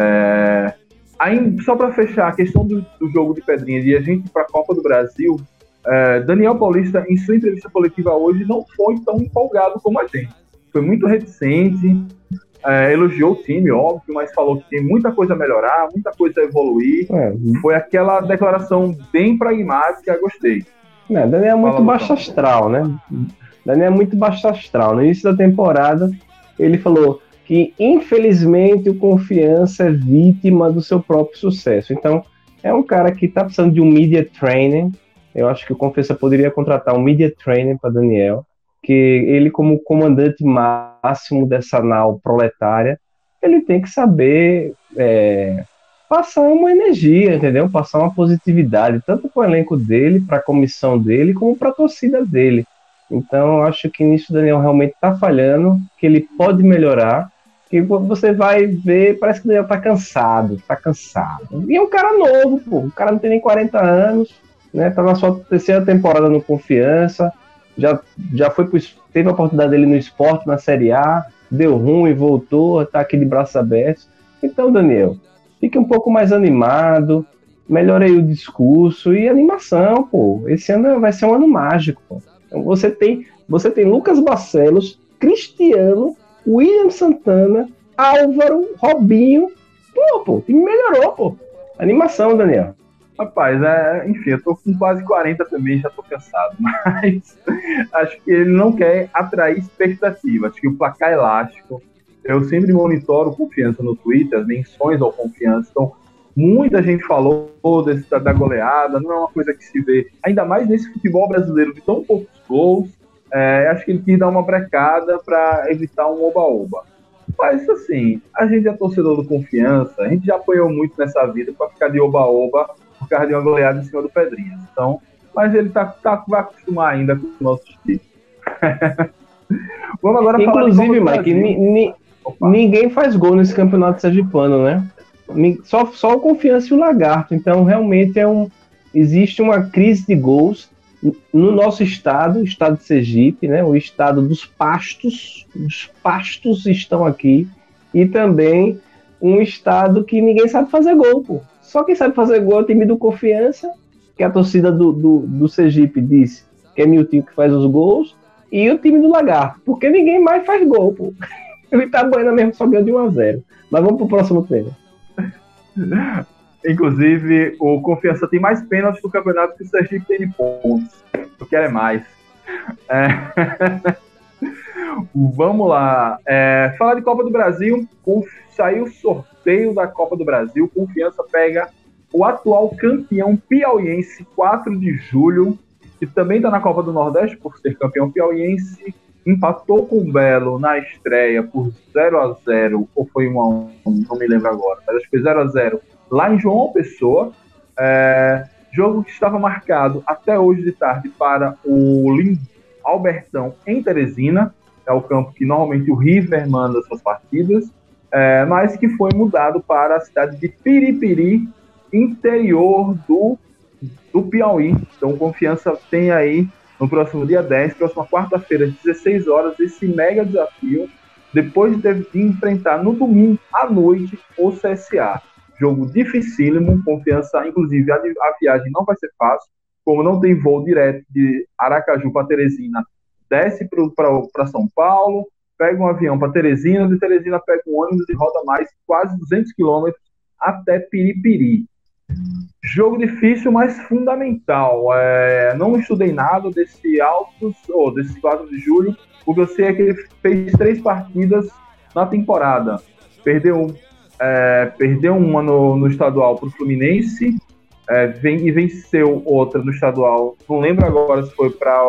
É, aí, só para fechar a questão do, do jogo de Pedrinha e a gente ir para a Copa do Brasil. Uh, Daniel Paulista, em sua entrevista coletiva hoje, não foi tão empolgado como a gente. Foi muito reticente, uh, elogiou o time, óbvio, mas falou que tem muita coisa a melhorar, muita coisa a evoluir. É. Foi aquela declaração bem pragmática, gostei. É, Daniel é muito Fala, baixo astral, né? Daniel é muito baixo astral. No início da temporada, ele falou que, infelizmente, o Confiança é vítima do seu próprio sucesso. Então, é um cara que está precisando de um media training. Eu acho que o Confiança poderia contratar um media trainer para Daniel, que ele, como comandante máximo dessa nau proletária, ele tem que saber é, passar uma energia, entendeu? Passar uma positividade, tanto para o elenco dele, para a comissão dele, como para a torcida dele. Então, eu acho que nisso o Daniel realmente está falhando, que ele pode melhorar, que você vai ver, parece que o Daniel está cansado, está cansado. E é um cara novo, pô, o cara não tem nem quarenta anos, né, tá na sua terceira temporada no Confiança, já, já foi pro, teve a oportunidade dele no Sport, na Série A, deu ruim, voltou, tá aqui de braços abertos. Então, Daniel, fique um pouco mais animado, melhore aí o discurso e animação, pô. Esse ano vai ser um ano mágico, pô. Então, você tem, você tem Lucas Barcelos, Cristiano, William Santana, Álvaro, Robinho. Pô, pô, o time melhorou, pô. Animação, Daniel. Rapaz, é, enfim, eu tô com quase quarenta também, já tô cansado, mas acho que ele não quer atrair expectativa. Acho que o placar elástico, eu sempre monitoro Confiança no Twitter, as menções ao Confiança, então muita gente falou desse, da goleada, não é uma coisa que se vê, ainda mais nesse futebol brasileiro de tão poucos gols. É, acho que ele quis dar uma brecada para evitar um oba-oba. Mas assim, a gente é torcedor do Confiança, a gente já apoiou muito nessa vida para ficar de oba-oba por causa de uma goleada em cima do Pedrinha. Então, mas ele tá, tá, vai acostumar ainda com o nosso time. Vamos agora Inclusive, falar de Mike, ni, ni, ninguém faz gol nesse campeonato sergipano, né? Só, só o Confiança e o Lagarto. Então, realmente, é um, existe uma crise de gols no nosso estado, o estado de Sergipe, né? O estado dos pastos. Os pastos estão aqui. E também um estado que ninguém sabe fazer gol, pô. Só quem sabe fazer gol é o time do Confiança, que a torcida do, do, do Sergipe disse que é Miltinho que faz os gols, e o time do Lagarto, porque ninguém mais faz gol, pô. O Itabaiana mesmo só ganhou de um a zero. Mas vamos pro próximo tema. Inclusive, o Confiança tem mais pênaltis no campeonato que o Sergipe tem de pontos. Eu quero é mais. É... Vamos lá. É... Falar de Copa do Brasil. Saiu o sorteio da Copa do Brasil. Confiança pega o atual campeão piauiense, quatro de julho, que também está na Copa do Nordeste por ser campeão piauiense, empatou com o Belo na estreia por zero a zero, ou foi um a um, não me lembro agora, mas acho que foi zero a zero, lá em João Pessoa. É, jogo que estava marcado até hoje de tarde para o Lim Albertão em Teresina, é o campo que normalmente o River manda suas partidas, é, mas que foi mudado para a cidade de Piripiri, interior do, do Piauí. Então, Confiança tem aí no próximo dia dez, próxima quarta-feira, às dezesseis horas, esse mega desafio, depois de ter de enfrentar no domingo à noite o C S A. Jogo dificílimo, Confiança, inclusive a, a viagem não vai ser fácil, como não tem voo direto de Aracaju para Teresina, desce para São Paulo, pega um avião para Teresina, de Teresina pega um ônibus e roda mais quase duzentos quilômetros até Piripiri. Jogo difícil, mas fundamental. É, não estudei nada desse Altos, ou desse quatro de julho, porque eu sei que ele fez três partidas na temporada. Perdeu, é, perdeu uma no, no estadual para o Fluminense, é, vem, e venceu outra no estadual. Não lembro agora se foi para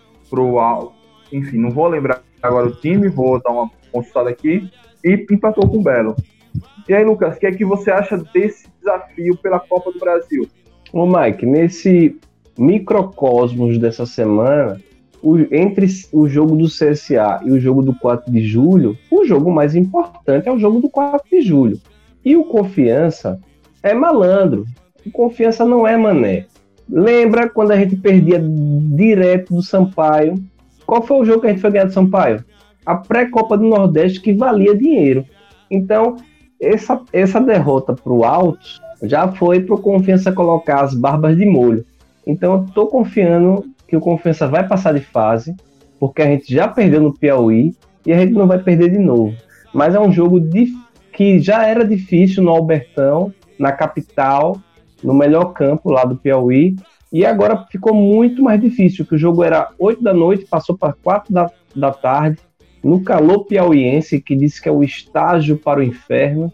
o... Enfim, não vou lembrar agora o time, vou dar uma consultada aqui. E empatou com o Belo. E aí, Lucas, o que é que você acha desse desafio pela Copa do Brasil? Ô, Mike, nesse microcosmos dessa semana, o, entre o jogo do C S A e o jogo do quatro de julho, o jogo mais importante é o jogo do quatro de julho. E o Confiança é malandro. O Confiança não é mané. Lembra quando a gente perdia direto do Sampaio? Qual foi o jogo que a gente foi ganhar do Sampaio? A pré-Copa do Nordeste, que valia dinheiro. Então, essa, essa derrota para o Altos já foi para o Confiança colocar as barbas de molho. Então, eu estou confiando que o Confiança vai passar de fase, porque a gente já perdeu no Piauí e a gente não vai perder de novo. Mas é um jogo dif- que já era difícil no Albertão, na capital, no melhor campo lá do Piauí, e agora ficou muito mais difícil, que o jogo era oito da noite, passou para quatro da, da tarde, no calor piauiense, que diz que é o estágio para o inferno,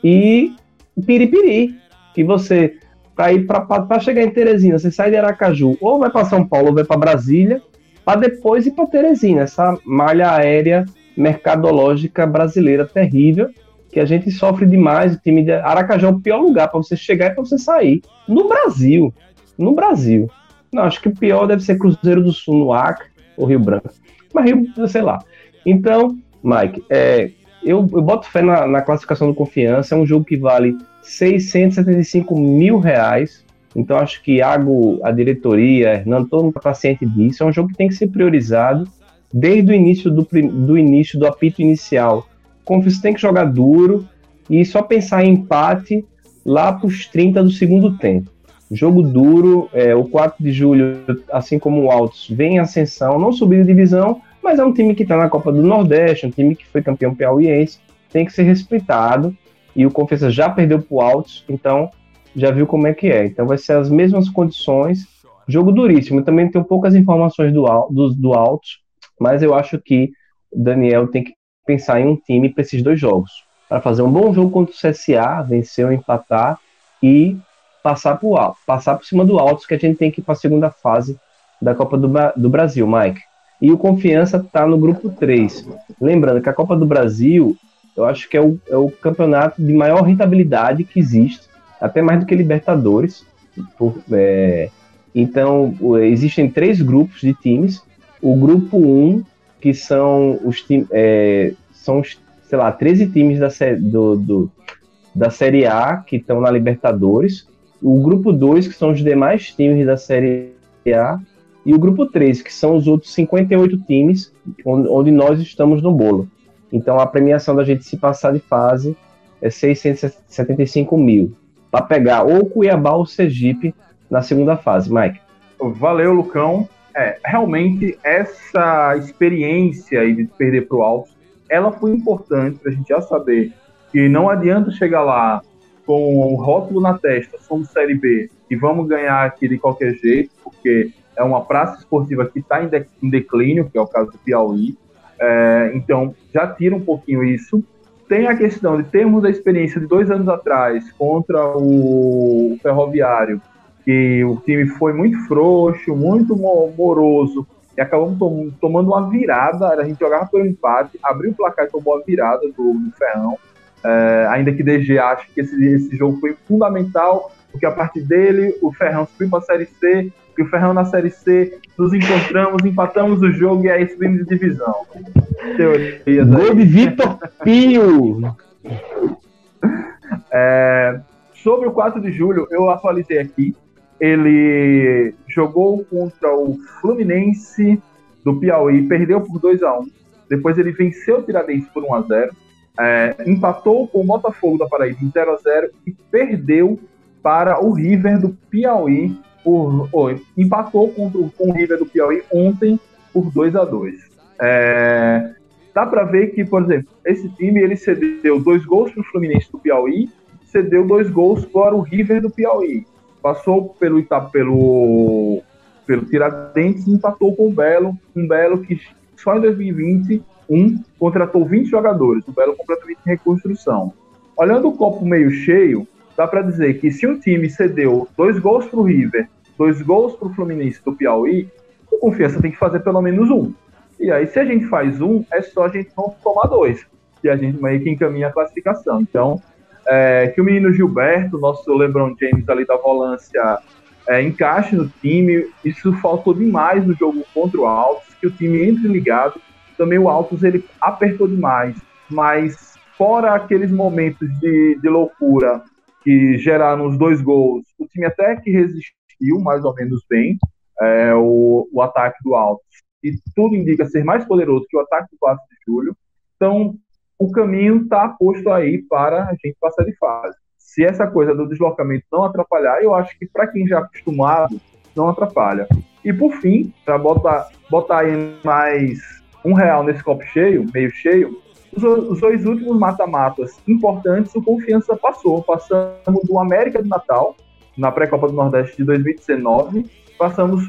e Piripiri, que você, para ir para chegar em Teresina, você sai de Aracaju, ou vai para São Paulo, ou vai para Brasília, para depois ir para Teresina, essa malha aérea mercadológica brasileira terrível, que a gente sofre demais. O time de Aracaju é o pior lugar para você chegar e para você sair. No Brasil. No Brasil. Não, acho que o pior deve ser Cruzeiro do Sul, no Acre, ou Rio Branco. Mas Rio, sei lá. Então, Mike, é, eu, eu boto fé na, na classificação do Confiança. É um jogo que vale seiscentos e setenta e cinco mil reais. Então, acho que Iago, a diretoria, Hernando, todo mundo está ciente disso. É um jogo que tem que ser priorizado desde o início do, do, início do apito inicial. O Confiança tem que jogar duro e só pensar em empate lá para os trinta do segundo tempo. Jogo duro, é, o quatro de julho, assim como o Altos, vem em ascensão, não subiu de divisão, mas é um time que está na Copa do Nordeste, um time que foi campeão piauiense, tem que ser respeitado, e o Confiança já perdeu para o Altos, então já viu como é que é. Então vai ser as mesmas condições, jogo duríssimo. Eu também tenho poucas informações do, do, do Altos, mas eu acho que o Daniel tem que pensar em um time para esses dois jogos, para fazer um bom jogo contra o C S A, vencer ou empatar, e passar por, passar por cima do Altos, que a gente tem que ir para a segunda fase da Copa do, do Brasil, Mike. E o Confiança está no grupo três. Lembrando que a Copa do Brasil, eu acho que é o, é o campeonato de maior rentabilidade que existe, até mais do que Libertadores. Por, é, então, existem três grupos de times. O grupo um, que são os times, é, são os, sei lá, treze times da, do, do, da Série A que estão na Libertadores. O grupo dois, que são os demais times da Série A, e o grupo três, que são os outros cinquenta e oito times, onde, onde nós estamos no bolo. Então, a premiação da gente se passar de fase é seiscentos e setenta e cinco mil, para pegar ou Cuiabá ou Sergipe na segunda fase, Mike. Valeu, Lucão. É, realmente, essa experiência aí de perder para o Altos, ela foi importante para a gente já saber que não adianta chegar lá com o rótulo na testa, somos Série B, e vamos ganhar aqui de qualquer jeito, porque é uma praça esportiva que está em, de, em declínio, que é o caso do Piauí. É, então, já tira um pouquinho isso. tem a questão de termos a experiência de dois anos atrás contra o Ferroviário, que o time foi muito frouxo, muito moroso, e acabamos tom, tomando uma virada. A gente jogava pelo empate, abriu o placar e tomou a virada do, do Ferrão. É, ainda que D G ache que esse, esse jogo foi fundamental, porque a partir dele o Ferrão subiu para a Série C, e o Ferrão na Série C nos encontramos, empatamos o jogo e aí subimos de divisão. Teorias aí. Gol de Vitor Pio! É, sobre o quatro de julho, eu atualizei aqui. Ele jogou contra o Fluminense do Piauí, perdeu por dois a um. Depois ele venceu o Tiradentes por um a zero. É, empatou com o Botafogo da Paraíba em zero a zero e perdeu para o River do Piauí por, oh, empatou contra, com o River do Piauí ontem por dois a dois. É, dá para ver que, por exemplo, esse time ele cedeu dois gols para o Fluminense do Piauí, cedeu dois gols para o River do Piauí, passou pelo Ita, pelo, pelo Tiradentes e empatou com o Belo, um Belo que só em dois mil e vinte e um contratou vinte jogadores, o Belo completamente em reconstrução. Olhando o copo meio cheio, dá para dizer que se um time cedeu dois gols para o River, dois gols para o Fluminense do Piauí, o Confiança tem que fazer pelo menos um. E aí, se a gente faz um, é só a gente não tomar dois. E a gente meio que encaminha a classificação. Então, é, que o menino Gilberto, nosso LeBron James ali da volância, é, encaixe no time. Isso faltou demais no jogo contra o Altos, que o time entre ligado. Também o Altos, ele apertou demais. Mas, fora aqueles momentos de, de loucura que geraram os dois gols, o time até que resistiu mais ou menos bem, é, o, o ataque do Altos. E tudo indica ser mais poderoso que o ataque do quatro de julho. Então, o caminho está posto aí para a gente passar de fase. Se essa coisa do deslocamento não atrapalhar, eu acho que para quem já é acostumado, não atrapalha. E por fim, para botar, botar aí mais um real nesse copo cheio, meio cheio, os, os dois últimos mata-matas importantes, o Confiança passou. Passamos do América de Natal, na pré-copa do Nordeste de dois mil e dezenove, passamos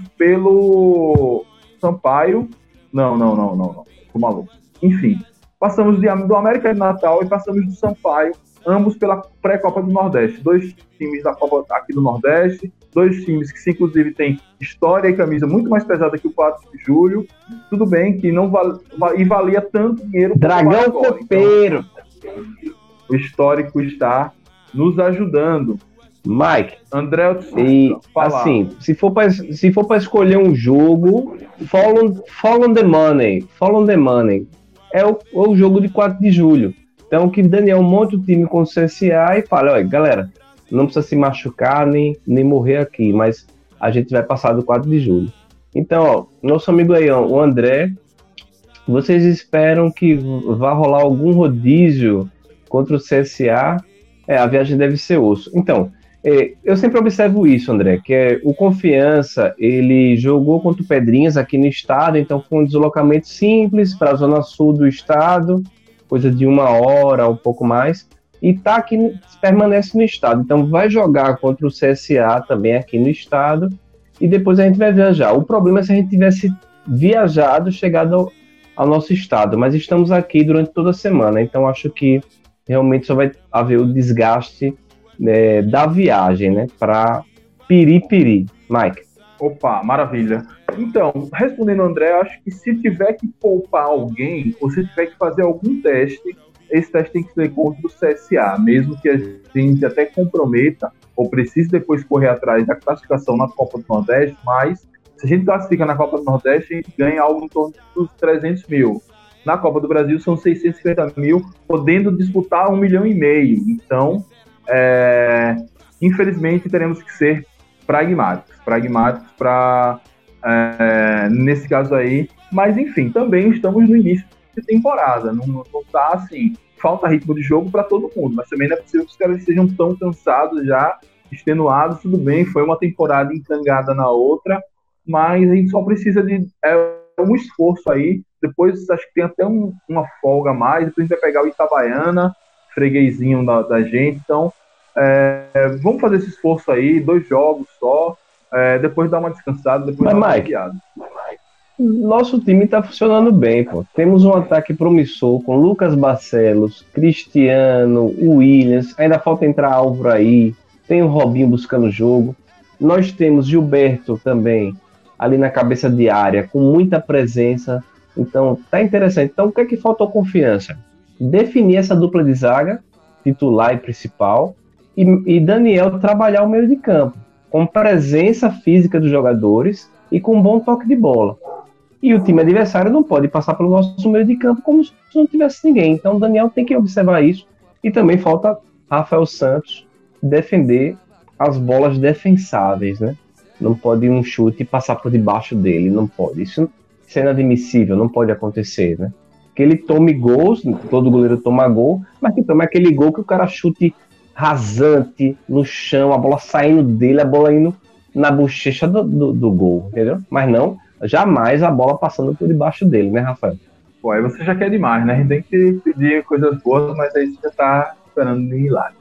pelo Sampaio, não, não, não, não, não, tô maluco. Enfim, passamos de, do América de Natal e passamos do Sampaio, ambos pela pré-copa do Nordeste. Dois times da Copa aqui do Nordeste, dois times que, inclusive, têm história e camisa muito mais pesada que o quatro de julho. Tudo bem que não val, e valia tanto dinheiro. Dragão Copeiro. Então, o histórico está nos ajudando. Mike, André, e assim, se for para se for para escolher um jogo, follow, follow the money, follow the money, é o, o jogo de quatro de julho. Então que Daniel monte o time com o C S A e fala, olha, galera, não precisa se machucar nem, nem morrer aqui, mas a gente vai passar do quatro de julho. Então, ó, nosso amigo aí, ó, o André, vocês esperam que vá rolar algum rodízio contra o C S A? É, a viagem deve ser osso. Então, eu sempre observo isso, André, que é o Confiança, ele jogou contra o Pedrinhas aqui no estado, então foi um deslocamento simples para a zona sul do estado, coisa de uma hora, um pouco mais, e tá aqui, permanece no estado. Então vai jogar contra o C S A também aqui no estado, e depois a gente vai viajar. O problema é se a gente tivesse viajado, chegado ao, ao nosso estado, mas estamos aqui durante toda a semana, então acho que realmente só vai haver o desgaste É, da viagem, né, para Piripiri. Mike. Opa, maravilha. Então, respondendo ao André, acho que se tiver que poupar alguém, ou se tiver que fazer algum teste, esse teste tem que ser contra o C S A, mesmo que a gente até comprometa, ou precise depois correr atrás da classificação na Copa do Nordeste, mas se a gente classifica na Copa do Nordeste, a gente ganha algo em torno dos trezentos mil. Na Copa do Brasil são seiscentos e cinquenta mil, podendo disputar um milhão e meio. Então, É, infelizmente teremos que ser pragmáticos pragmáticos para é, nesse caso aí, mas enfim, também estamos no início de temporada, não, não tá assim, falta ritmo de jogo para todo mundo, mas também não é possível que os caras estejam tão cansados já, extenuados. Tudo bem, foi uma temporada encangada na outra, mas a gente só precisa de é, um esforço aí. Depois acho que tem até um, uma folga a mais, depois a gente vai pegar o Itabaiana, freguesinho da, da gente, então é, vamos fazer esse esforço aí, dois jogos só, é, depois dar uma descansada, depois Mas, dar uma Mike, aliviada. Nosso time tá funcionando bem, pô. Temos um ataque promissor com Lucas Barcelos, Cristiano, Williams. Ainda falta entrar Álvaro aí. Tem o Robinho buscando o jogo. Nós temos Gilberto também ali na cabeça de área, com muita presença. Então, tá interessante. Então, o que é que faltou confiança? Definir essa dupla de zaga, titular e principal, e, e Daniel trabalhar o meio de campo, com presença física dos jogadores e com um bom toque de bola. E o time adversário não pode passar pelo nosso meio de campo como se não tivesse ninguém. Então, o Daniel tem que observar isso. E também falta Rafael Santos defender as bolas defensáveis, né? Não pode um chute passar por debaixo dele, não pode. Isso, isso é inadmissível, não pode acontecer, né? Que ele tome gols, todo goleiro toma gol, mas que tome aquele gol que o cara chute rasante no chão, a bola saindo dele, a bola indo na bochecha do, do, do gol, entendeu? Mas não, jamais a bola passando por debaixo dele, né, Rafael? Pô, aí você já quer demais, né? A gente tem que pedir coisas boas, mas aí você já tá esperando milagre.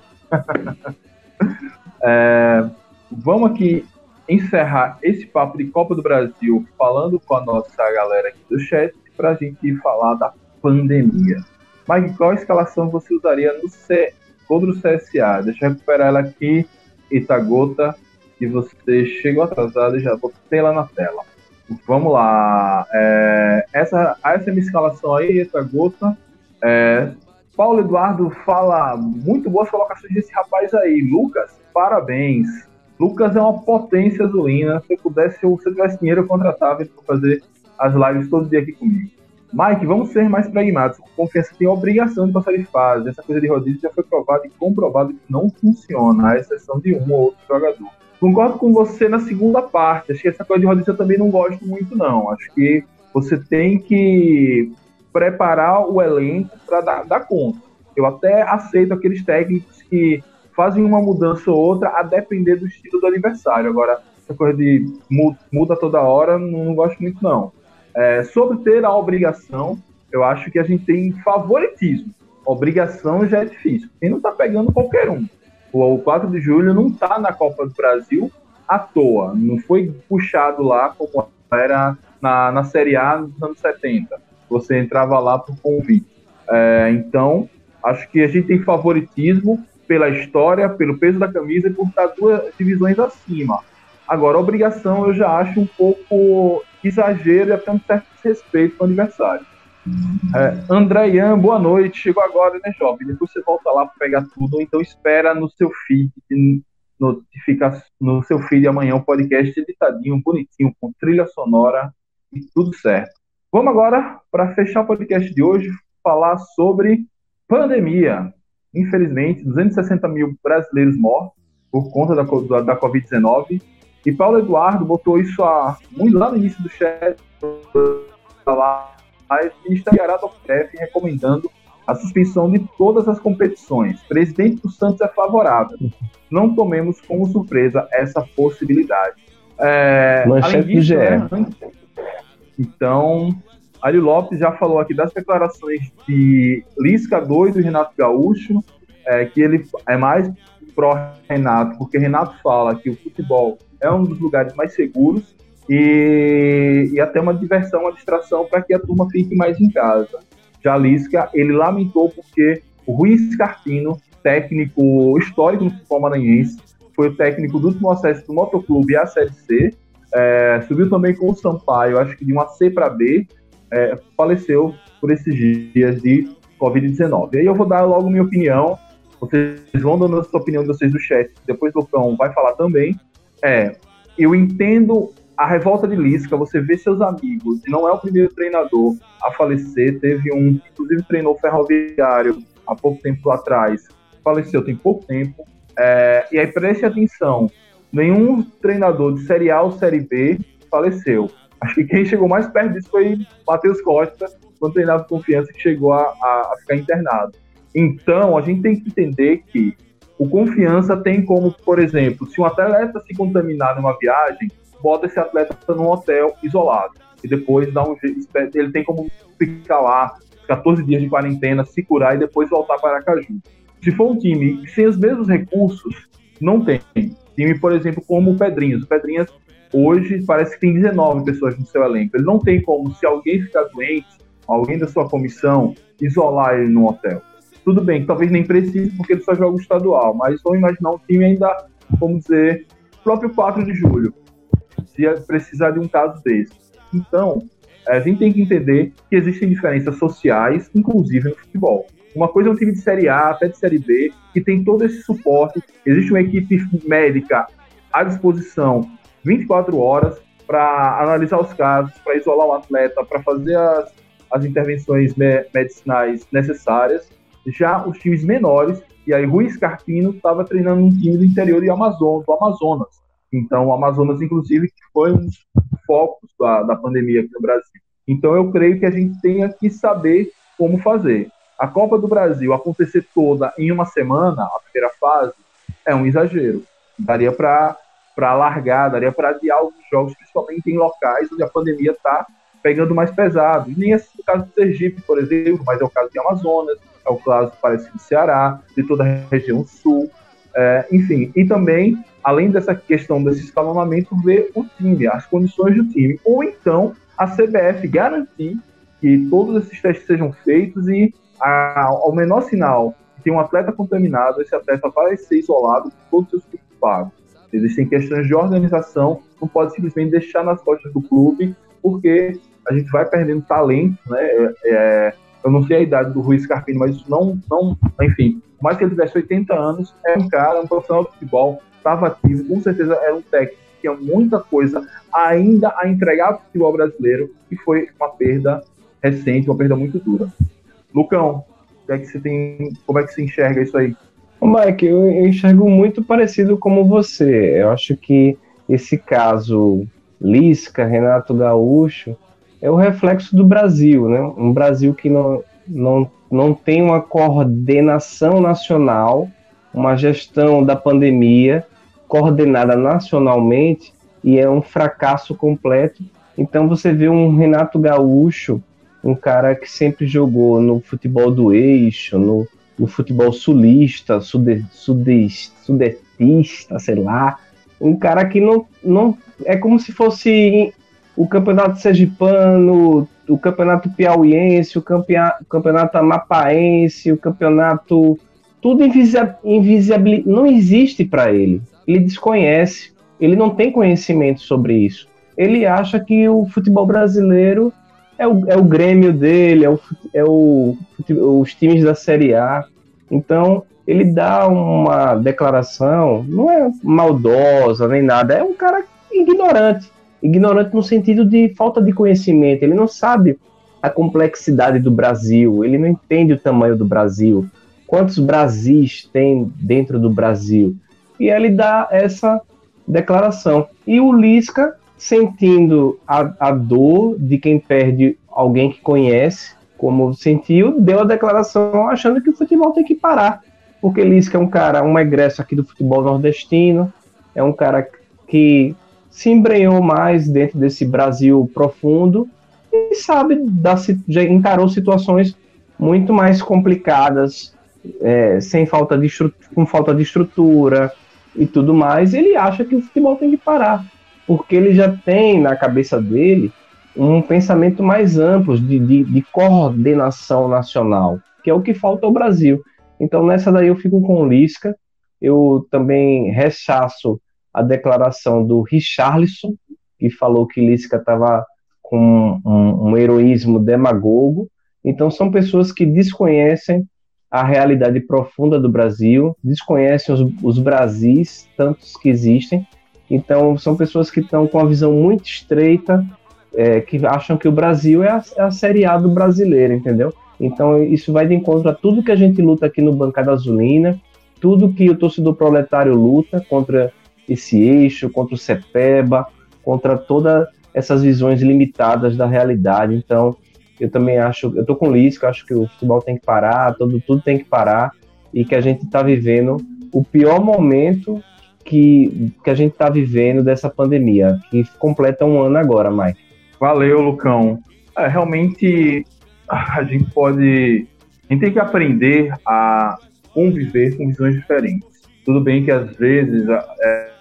é, vamos aqui encerrar esse papo de Copa do Brasil falando com a nossa galera aqui do chat pra gente falar da pandemia. Mike, qual escalação você usaria no C... contra o C S A? Deixa eu recuperar ela aqui, Itagota, que você chegou atrasado e já botei lá na tela. Vamos lá. É... Essa, essa é a minha escalação aí, Itagota. É... Paulo Eduardo fala muito boas colocações desse rapaz aí. Lucas, parabéns. Lucas é uma potência azulina. Se eu pudesse, se eu tivesse dinheiro, eu contratava ele para fazer as lives todo dia aqui comigo. Mike, vamos ser mais pragmáticos. Confiança tem a obrigação de passar de fase. Essa coisa de rodízio já foi provada e comprovado que não funciona, à exceção de um ou outro jogador. Concordo com você na segunda parte. Acho que essa coisa de rodízio eu também não gosto muito, não. Acho que você tem que preparar o elenco para dar, dar conta. Eu até aceito aqueles técnicos que fazem uma mudança ou outra a depender do estilo do adversário. Agora, essa coisa de muda toda hora, não, não gosto muito, não. É, sobre ter a obrigação, eu acho que a gente tem favoritismo. Obrigação já é difícil. Quem não está pegando qualquer um. O, o quatro de julho não está na Copa do Brasil à toa. Não foi puxado lá como era na, na Série A nos anos setenta. Você entrava lá por convite. É, então, acho que a gente tem favoritismo pela história, pelo peso da camisa e por estar duas divisões acima. Agora, a obrigação eu já acho um pouco exagero e até um certo respeito com o adversário. É, André Ian, boa noite. Chegou agora, né, jovem? Depois você volta lá para pegar tudo, ou então espera no seu feed, notifica no seu feed amanhã o podcast editadinho, bonitinho, com trilha sonora e tudo certo. Vamos agora, para fechar o podcast de hoje, falar sobre pandemia. Infelizmente, duzentos e sessenta mil brasileiros mortos por conta da, da, da covid dezenove. E Paulo Eduardo botou isso a, muito lá no início do chat, lá, o Ministério da F F recomendando a suspensão de todas as competições. O presidente do Santos é favorável. Não tomemos como surpresa essa possibilidade. É, Manchete do G E. Né, então, Ari Lopes já falou aqui das declarações de Lisca doido e Renato Gaúcho, é, que ele é mais pró-Renato, porque Renato fala que o futebol é um dos lugares mais seguros e, e até uma diversão, uma distração para que a turma fique mais em casa. Já Lisca, ele lamentou porque o Rui Scarpino, técnico histórico no futebol maranhense, foi o técnico do último acesso do Motoclube à Série C, é, subiu também com o Sampaio, acho que de uma C para B, é, faleceu por esses dias de covid dezenove. Aí eu vou dar logo minha opinião, vocês vão dando a sua opinião de vocês no chat, depois o Lucão vai falar também. É, eu entendo a revolta de Lisca, você vê seus amigos, não é o primeiro treinador a falecer, teve um, inclusive treinou Ferroviário há pouco tempo atrás, faleceu tem pouco tempo, é, e aí preste atenção, nenhum treinador de Série A ou Série B faleceu. Acho que quem chegou mais perto disso foi Matheus Costa, quando treinava Confiança, que chegou a, a, a ficar internado. Então, a gente tem que entender que o Confiança tem como, por exemplo, se um atleta se contaminar numa viagem, bota esse atleta num hotel isolado. E depois dá um jeito, ele tem como ficar lá catorze dias de quarentena, se curar e depois voltar para Aracaju. Se for um time sem os mesmos recursos, não tem. Time, por exemplo, como o Pedrinhas. O Pedrinhas hoje parece que tem dezenove pessoas no seu elenco. Ele não tem como, se alguém ficar doente, alguém da sua comissão, isolar ele no hotel. Tudo bem, que talvez nem precise, porque ele só joga o estadual, mas vamos imaginar um time ainda, vamos dizer, próprio quatro de julho, se precisar de um caso desse. Então, a gente tem que entender que existem diferenças sociais, inclusive no futebol. Uma coisa é um time de Série A, até de Série B, que tem todo esse suporte, existe uma equipe médica à disposição vinte e quatro horas para analisar os casos, para isolar o atleta, para fazer as, as intervenções me- medicinais necessárias. Já os times menores, e aí Rui Scarpino estava treinando um time do interior do Amazonas, do Amazonas. Então, o Amazonas, inclusive, que foi um dos focos da, da pandemia aqui no Brasil. Então, eu creio que a gente tenha que saber como fazer. A Copa do Brasil acontecer toda em uma semana, a primeira fase, é um exagero. Daria para largar, daria para adiar os jogos, principalmente em locais onde a pandemia está pegando mais pesado. E nem é o caso do Sergipe, por exemplo, mas é o caso de Amazonas, é o caso, parece, do Ceará, de toda a região sul, é, enfim. E também, além dessa questão desse escalonamento, ver o time, as condições do time. Ou então, a C B F garantir que todos esses testes sejam feitos e, a, ao menor sinal que tem um atleta contaminado, esse atleta vai ser isolado com todos os seus custos pagos. Existem questões de organização, não pode simplesmente deixar nas costas do clube, porque a gente vai perdendo talento, né? É, é, eu não sei a idade do Rui Scarpino, mas isso não, não, enfim, por mais que ele tivesse oitenta anos, é um cara, um profissional de futebol, estava ativo, com certeza era um técnico que tinha muita coisa ainda a entregar para o futebol brasileiro, e foi uma perda recente, uma perda muito dura. Lucão, o que é que você tem, como é que você enxerga isso aí? Mike, eu, eu enxergo muito parecido como você. Eu acho que esse caso Lisca, Renato Gaúcho, é o reflexo do Brasil, né? Um Brasil que não, não, não tem uma coordenação nacional, uma gestão da pandemia coordenada nacionalmente, e é um fracasso completo. Então você vê um Renato Gaúcho, um cara que sempre jogou no futebol do eixo, no, no futebol sulista, sude, sude, sudestista, sei lá, um cara que não, não é como se fosse o campeonato sergipano, o campeonato piauiense, o campeonato, o campeonato amapaense, o campeonato, tudo invisibil, não existe para ele. Ele desconhece, ele não tem conhecimento sobre isso. Ele acha que o futebol brasileiro é o, é o Grêmio dele, é, o, é o, os times da Série A. Então, ele dá uma declaração, não é maldosa nem nada, é um cara ignorante. Ignorante no sentido de falta de conhecimento. Ele não sabe a complexidade do Brasil, ele não entende o tamanho do Brasil, quantos Brasis tem dentro do Brasil. E ele dá essa declaração. E o Lisca, sentindo a, a dor de quem perde alguém que conhece, como sentiu, deu a declaração achando que o futebol tem que parar. Porque Lisca é um cara, um egresso aqui do futebol nordestino, é um cara que se embrenhou mais dentro desse Brasil profundo e sabe, da, já encarou situações muito mais complicadas, é, sem falta de, com falta de estrutura e tudo mais. Ele acha que o futebol tem que parar, porque ele já tem na cabeça dele um pensamento mais amplo de, de, de coordenação nacional, que é o que falta ao Brasil. Então nessa daí eu fico com o Lisca. Eu também rechaço a declaração do Richarlison, que falou que Lisca estava com um, um heroísmo demagogo. Então são pessoas que desconhecem a realidade profunda do Brasil, desconhecem os, os Brasis, tantos que existem. Então são pessoas que estão com uma visão muito estreita, é, que acham que o Brasil é a, é a Série A do brasileiro, entendeu? Então isso vai de encontro a tudo que a gente luta aqui no Bancada Azulina, tudo que o torcedor proletário luta contra esse eixo, contra o CEPEBA, contra todas essas visões limitadas da realidade. Então, eu também acho, eu tô com o Lisca, acho que o futebol tem que parar, tudo, tudo tem que parar, e que a gente está vivendo o pior momento que, que a gente está vivendo dessa pandemia, que completa um ano agora, Mike. Valeu, Lucão. É, realmente, a gente pode... A gente tem que aprender a conviver com visões diferentes. Tudo bem que, às vezes, é,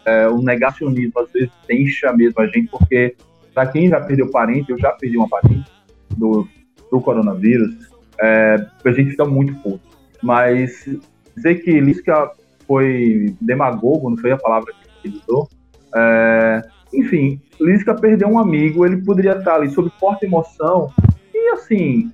é, o negacionismo às vezes deixa mesmo a gente, porque para quem já perdeu parente, eu já perdi uma parente do, do coronavírus, é, a gente fica muito puto. Mas dizer que Lisca foi demagogo, não foi a palavra que ele usou, é, enfim, Lisca perdeu um amigo, ele poderia estar ali sob forte emoção, e assim,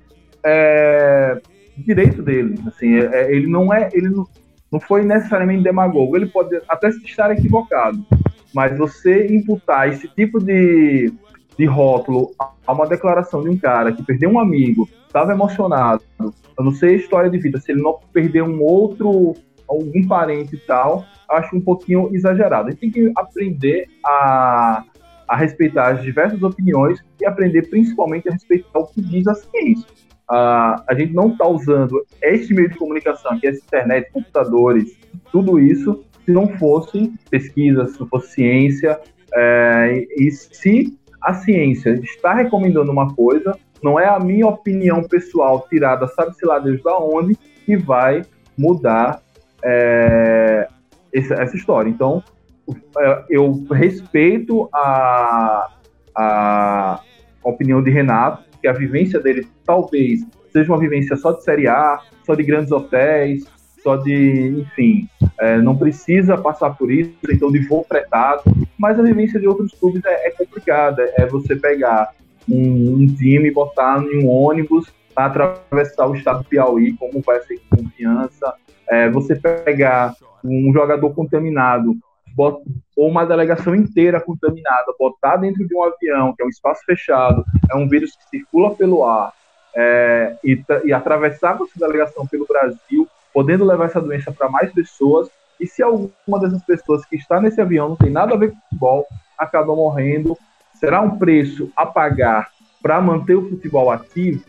é, direito dele, assim, é, ele não é, ele não, não foi necessariamente demagogo, ele pode até estar equivocado, mas você imputar esse tipo de, de rótulo a uma declaração de um cara que perdeu um amigo, estava emocionado, eu não sei a história de vida, se ele não perdeu um outro, algum parente e tal, acho um pouquinho exagerado. A gente tem que aprender a, a respeitar as diversas opiniões e aprender principalmente a respeitar o que diz a ciência. Uh, a gente não está usando este meio de comunicação, que é essa internet, computadores, tudo isso, se não fosse pesquisa, se não fosse ciência, é, e se a ciência está recomendando uma coisa, não é a minha opinião pessoal tirada, sabe-se lá desde onde, que vai mudar é, essa, essa história. Então, eu respeito a, a opinião de Renato, que a vivência dele talvez seja uma vivência só de Série A, só de grandes hotéis, só de, enfim, é, não precisa passar por isso, então de voo fretado, mas a vivência de outros clubes é, é complicada, é você pegar um, um time e botar em um ônibus para atravessar o estado do Piauí, como vai ser Confiança, é, você pegar um jogador contaminado, bota, ou uma delegação inteira contaminada, botar dentro de um avião, que é um espaço fechado, é um vírus que circula pelo ar, é, e, e atravessar essa delegação pelo Brasil, podendo levar essa doença para mais pessoas, e se alguma dessas pessoas que está nesse avião não tem nada a ver com futebol, acaba morrendo, será um preço a pagar para manter o futebol ativo?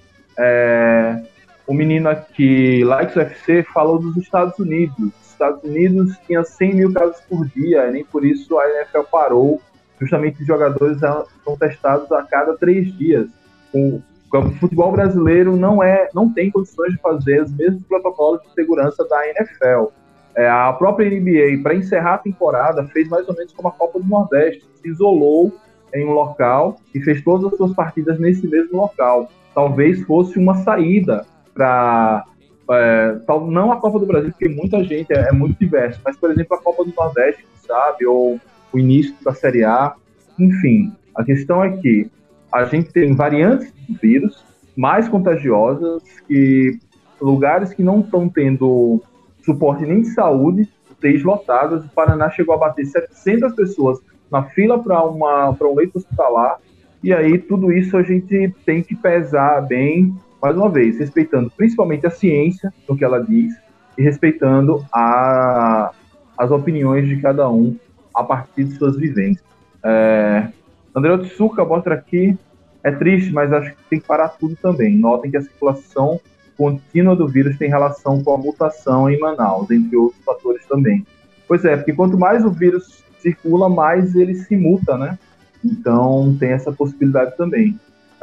É, o menino aqui, Likes U F C, falou dos Estados Unidos. Os Estados Unidos tinha cem mil casos por dia, e nem por isso a N F L parou. Justamente os jogadores são testados a cada três dias. O, o futebol brasileiro não, é, não tem condições de fazer os mesmos protocolos de segurança da N F L. É, a própria N B A, para encerrar a temporada, fez mais ou menos como a Copa do Nordeste. Se isolou em um local e fez todas as suas partidas nesse mesmo local. Talvez fosse uma saída para... É, não a Copa do Brasil, porque muita gente é, é muito diverso, mas, por exemplo, a Copa do Nordeste, sabe? Ou o início da Série A. Enfim, a questão é que a gente tem variantes do vírus mais contagiosas, que lugares que não estão tendo suporte nem de saúde, U T Is lotadas. O Paraná chegou a bater setecentas pessoas na fila para um leito hospitalar, e aí tudo isso a gente tem que pesar bem, mais uma vez, respeitando principalmente a ciência, no que ela diz, e respeitando a, as opiniões de cada um a partir de suas vivências. É, André Otsuka mostra aqui, é triste, mas acho que tem que parar tudo também. Notem que a circulação contínua do vírus tem relação com a mutação em Manaus, entre outros fatores também. Pois é, porque quanto mais o vírus circula, mais ele se muta, né? Então tem essa possibilidade também.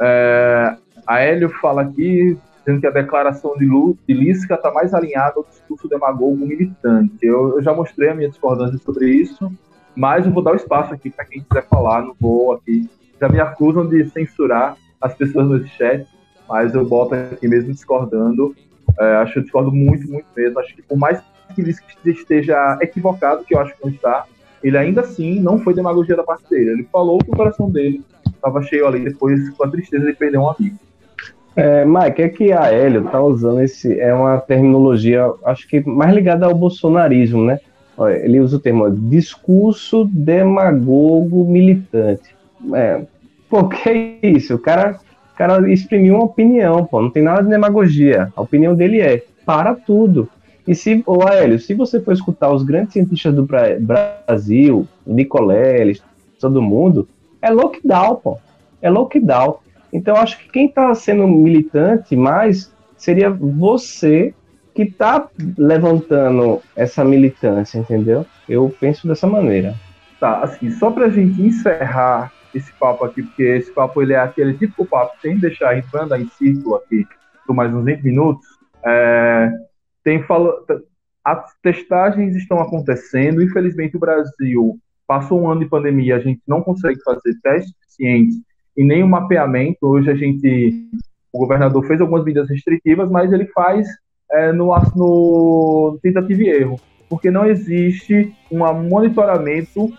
É, a Hélio fala aqui, dizendo que a declaração de, Lu, de Lisca está mais alinhada ao discurso demagogo militante. Eu, eu já mostrei a minha discordância sobre isso, mas eu vou dar o espaço aqui para quem quiser falar, não vou aqui. Já me acusam de censurar as pessoas no chat, mas eu boto aqui mesmo discordando. É, acho que eu discordo muito, muito mesmo. Acho que por mais que Lisca esteja equivocado, que eu acho que não está, ele ainda assim não foi demagogia da parte dele. Ele falou que o coração dele estava cheio ali, depois com a tristeza de perder um amigo. É, Mike, é que a Hélio tá usando esse, é uma terminologia, acho que mais ligada ao bolsonarismo, né? Olha, ele usa o termo discurso demagogo militante. É, pô, que é isso? O cara, o cara exprimiu uma opinião, pô, não tem nada de demagogia. A opinião dele é, para tudo. E se, ô Hélio, se você for escutar os grandes cientistas do Brasil, o Nicoleles, todo mundo, é lockdown, pô. É lockdown. Então, acho que quem está sendo militante mais seria você que está levantando essa militância, entendeu? Eu penso dessa maneira. Tá, assim, só para a gente encerrar esse papo aqui, porque esse papo ele é aquele tipo de papo, sem deixar a gente andar em círculo aqui por mais uns vinte minutos, é, tem falo, as testagens estão acontecendo, infelizmente o Brasil passou um ano de pandemia, a gente não consegue fazer testes eficientes e nem um mapeamento. Hoje a gente, o governador fez algumas medidas restritivas, mas ele faz é, no, no tentativa e erro, porque não existe um monitoramento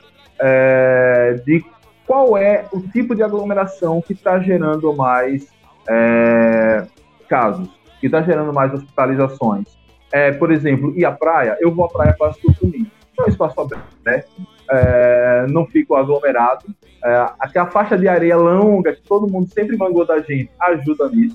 é, de qual é o tipo de aglomeração que está gerando mais é, casos, que está gerando mais hospitalizações. É, por exemplo, ir à praia, eu vou à praia quase todo domingo. É um espaço aberto, né? É, não fico aglomerado. É, aquela faixa de areia longa que todo mundo sempre mangou da gente ajuda nisso.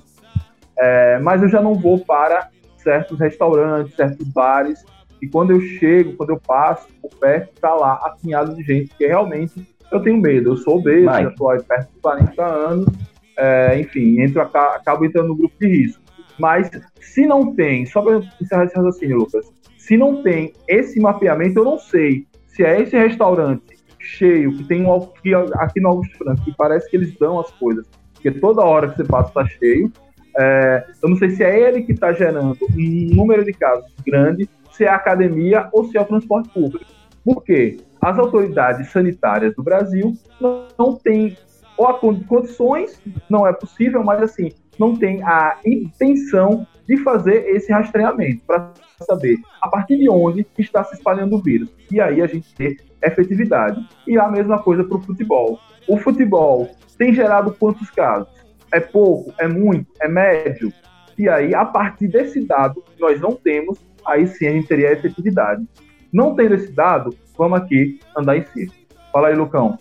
É, mas eu já não vou para certos restaurantes, certos bares, e quando eu chego, quando eu passo por perto, está lá apinhado de gente, porque realmente eu tenho medo. Eu sou obeso, já estou aí perto dos quarenta anos, é, enfim, entro, acabo entrando no grupo de risco. Mas se não tem, só para encerrar esse raciocínio, Lucas, se não tem esse mapeamento, eu não sei se é esse restaurante cheio, que tem um aqui, aqui no Augusto Franco, que parece que eles dão as coisas, porque toda hora que você passa está cheio. É, eu não sei se é ele que está gerando um número de casos grande, se é a academia ou se é o transporte público. Por quê? As autoridades sanitárias do Brasil não, não têm ou a condições, não é possível, mas assim, não tem a intenção de fazer esse rastreamento para saber a partir de onde está se espalhando o vírus. E aí a gente tem efetividade. E a mesma coisa para o futebol. O futebol tem gerado quantos casos? É pouco? É muito? É médio? E aí, a partir desse dado que nós não temos, aí sim a gente teria efetividade. Não tendo esse dado, vamos aqui andar em círculo. Fala aí, Lucão.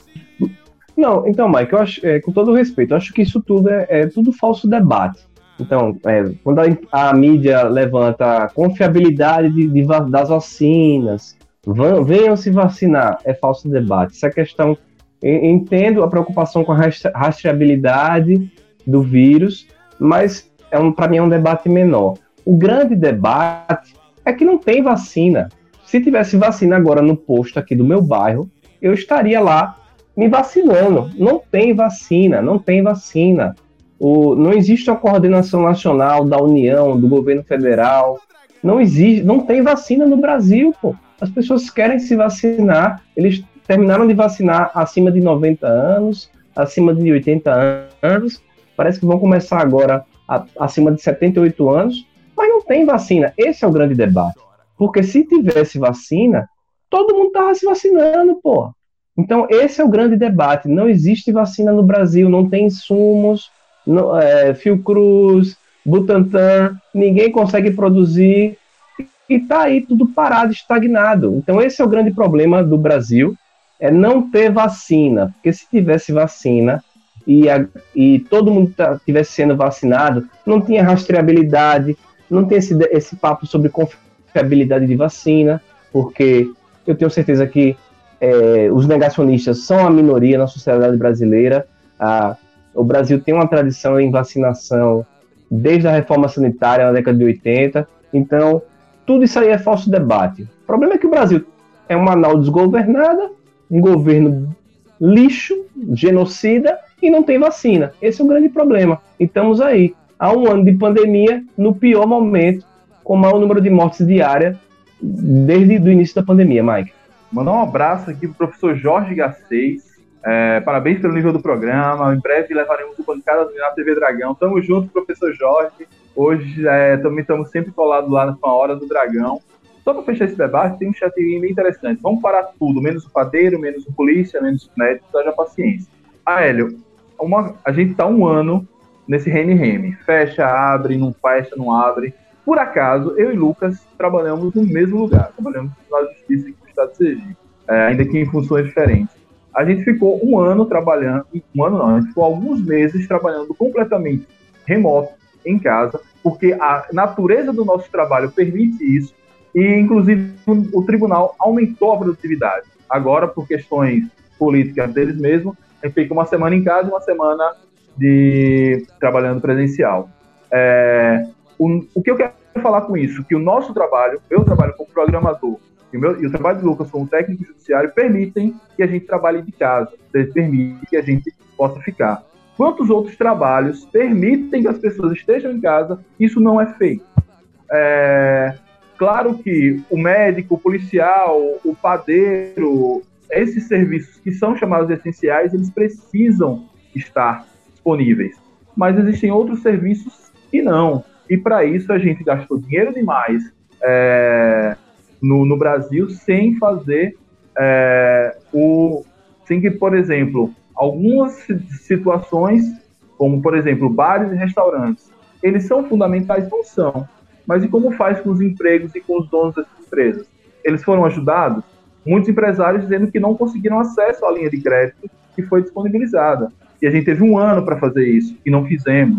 Não, então, Mike, eu acho, é, com todo respeito, eu acho que isso tudo é, é tudo falso debate. Então, é, quando a, a mídia levanta a confiabilidade de, de, das vacinas, vão, venham se vacinar, é falso debate. Essa questão, eu entendo a preocupação com a rastreabilidade do vírus, mas é um, para mim é um debate menor. O grande debate é que não tem vacina. Se tivesse vacina agora no posto aqui do meu bairro, eu estaria lá me vacinando. Não tem vacina, não tem vacina. O, não existe uma coordenação nacional da União, do governo federal. Não existe, não tem vacina no Brasil, pô. As pessoas querem se vacinar, eles terminaram de vacinar acima de noventa anos, acima de oitenta anos, parece que vão começar agora a, acima de setenta e oito anos, mas não tem vacina. Esse é o grande debate. Porque se tivesse vacina, todo mundo estava se vacinando, pô. Então, esse é o grande debate. Não existe vacina no Brasil, não tem insumos, não, é, Fiocruz, Butantan, ninguém consegue produzir, e está aí tudo parado, estagnado. Então, esse é o grande problema do Brasil, é não ter vacina. Porque se tivesse vacina e, a, e todo mundo estivesse sendo vacinado, não tinha rastreabilidade, não tem esse, esse papo sobre confiabilidade de vacina, porque eu tenho certeza que é, os negacionistas são a minoria na sociedade brasileira. A, o Brasil tem uma tradição em vacinação desde a reforma sanitária na década de oitenta, então tudo isso aí é falso debate. O problema é que o Brasil é uma Manaus desgovernada, um governo lixo, genocida, e não tem vacina. Esse é o grande problema. E estamos aí, há um ano de pandemia, no pior momento, com o maior número de mortes diárias desde o início da pandemia, Mike. Mandar um abraço aqui pro professor Jorge Garcês. É, parabéns pelo nível do programa. Em breve levaremos o Bancada na T V Dragão. Tamo junto, professor Jorge. Hoje é, também estamos sempre colados lá na Hora do Dragão. Só para fechar esse debate, tem um chat bem interessante. Vamos parar tudo, menos o padeiro, menos o polícia, menos o médico, haja paciência. Ah, Hélio, uma, a gente está um ano nesse reme-reme. Fecha, abre, não fecha, não abre. Por acaso, eu e Lucas trabalhamos no mesmo lugar. Trabalhamos na Justiça aqui no Estado de Sergipe, é, ainda que em funções diferentes. A gente ficou um ano trabalhando, um ano não, a gente ficou alguns meses trabalhando completamente remoto, em casa, porque a natureza do nosso trabalho permite isso, e inclusive o tribunal aumentou a produtividade. Agora, por questões políticas deles mesmos, a gente fica uma semana em casa e uma semana de trabalhando presencial. É, o, o que eu quero falar com isso? Que o nosso trabalho, eu trabalho como programador, e o, meu, e o trabalho do Lucas como técnico judiciário permitem que a gente trabalhe de casa, permite que a gente possa ficar. Quantos outros trabalhos permitem que as pessoas estejam em casa? Isso não é feito. É, claro que o médico, o policial, o padeiro, esses serviços que são chamados de essenciais, eles precisam estar disponíveis. Mas existem outros serviços que não. E para isso a gente gastou dinheiro demais é, no, no Brasil sem fazer é, o... Sem que, por exemplo, algumas situações, como, por exemplo, bares e restaurantes, eles são fundamentais? Não são. Mas e como faz com os empregos e com os donos dessas empresas? Eles foram ajudados? Muitos empresários dizendo que não conseguiram acesso à linha de crédito que foi disponibilizada. E a gente teve um ano para fazer isso, e não fizemos.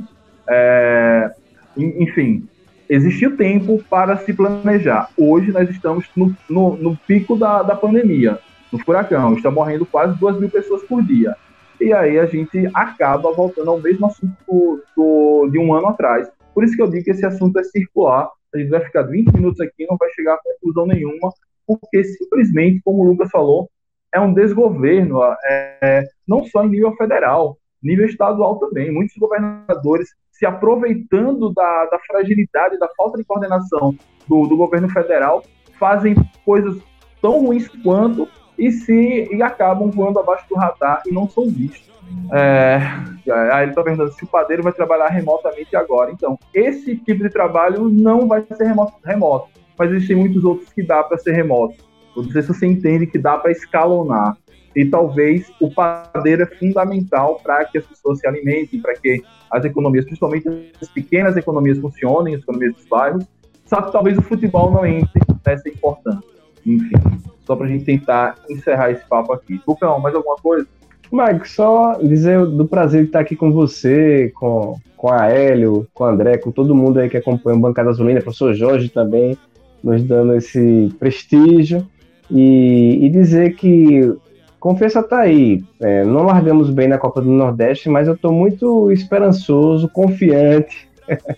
É, enfim, existiu tempo para se planejar. Hoje nós estamos no, no, no pico da, da pandemia, no furacão. Está morrendo quase duas mil pessoas por dia. E aí a gente acaba voltando ao mesmo assunto do, do, de um ano atrás. Por isso que eu digo que esse assunto é circular. A gente vai ficar vinte minutos aqui e não vai chegar a conclusão nenhuma, porque simplesmente, como o Lucas falou, é um desgoverno, é, não só em nível federal, nível estadual também. Muitos governadores se aproveitando da, da fragilidade, da falta de coordenação do, do governo federal, fazem coisas tão ruins quanto e, se, e acabam voando abaixo do radar e não são vistos. É, aí ele está perguntando se o padeiro vai trabalhar remotamente agora. Então, esse tipo de trabalho não vai ser remoto, remoto mas existem muitos outros que dá para ser remoto. Não sei se você entende que dá para escalonar. E talvez o padeiro é fundamental para que as pessoas se alimentem, para que as economias, principalmente as pequenas economias, funcionem, as economias dos bairros. Só que talvez o futebol não entre nessa importância. Enfim, só para a gente tentar encerrar esse papo aqui. Lucão, mais alguma coisa? Mike, só dizer do prazer de estar aqui com você, com, com a Hélio, com o André, com todo mundo aí que acompanha o Bancada Azulina, professor Jorge também, nos dando esse prestígio. E, e dizer que Confiança está aí. É, não largamos bem na Copa do Nordeste, mas eu estou muito esperançoso, confiante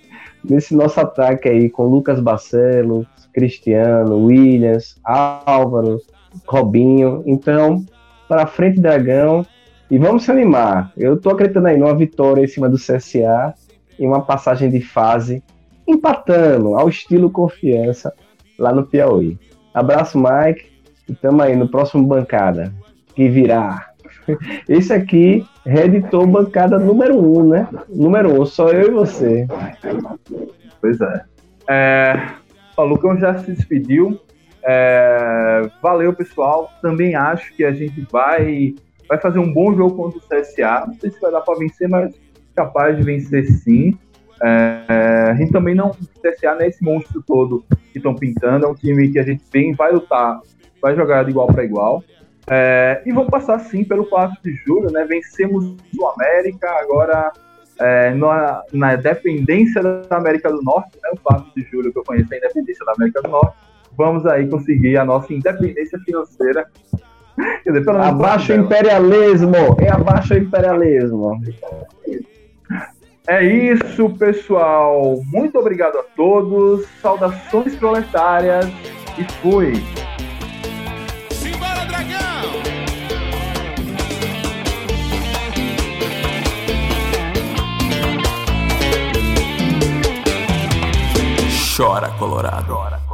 nesse nosso ataque aí com Lucas Barcelos, Cristiano, Williams, Álvaro, Robinho. Então, para frente, Dragão. E vamos se animar. Eu estou acreditando aí numa vitória em cima do C S A e uma passagem de fase empatando ao estilo Confiança lá no Piauí. Abraço, Mike. E tamo aí no próximo Bancada, que virá. Esse aqui reeditou Bancada número um, né? Número um, só eu e você. Pois é. é o Lucão já se despediu. É, valeu, pessoal. Também acho que a gente vai, vai fazer um bom jogo contra o C S A. Não sei se vai dar para vencer, mas capaz de vencer sim. É, a gente também não... O C S A não é esse monstro todo que estão pintando. É um time que a gente vem, vai lutar, vai jogar de igual para igual. É, e vamos passar sim pelo quatro de julho, né? Vencemos o América, agora é, na, na dependência da América do Norte, né? O quatro de julho que eu conheço é a independência da América do Norte. Vamos aí conseguir a nossa independência financeira. Quer dizer, pelo menos abaixo o imperialismo! É abaixo o imperialismo! É isso, pessoal. Muito obrigado a todos. Saudações proletárias e fui! Simbora, Dragão! Chora, Colorado.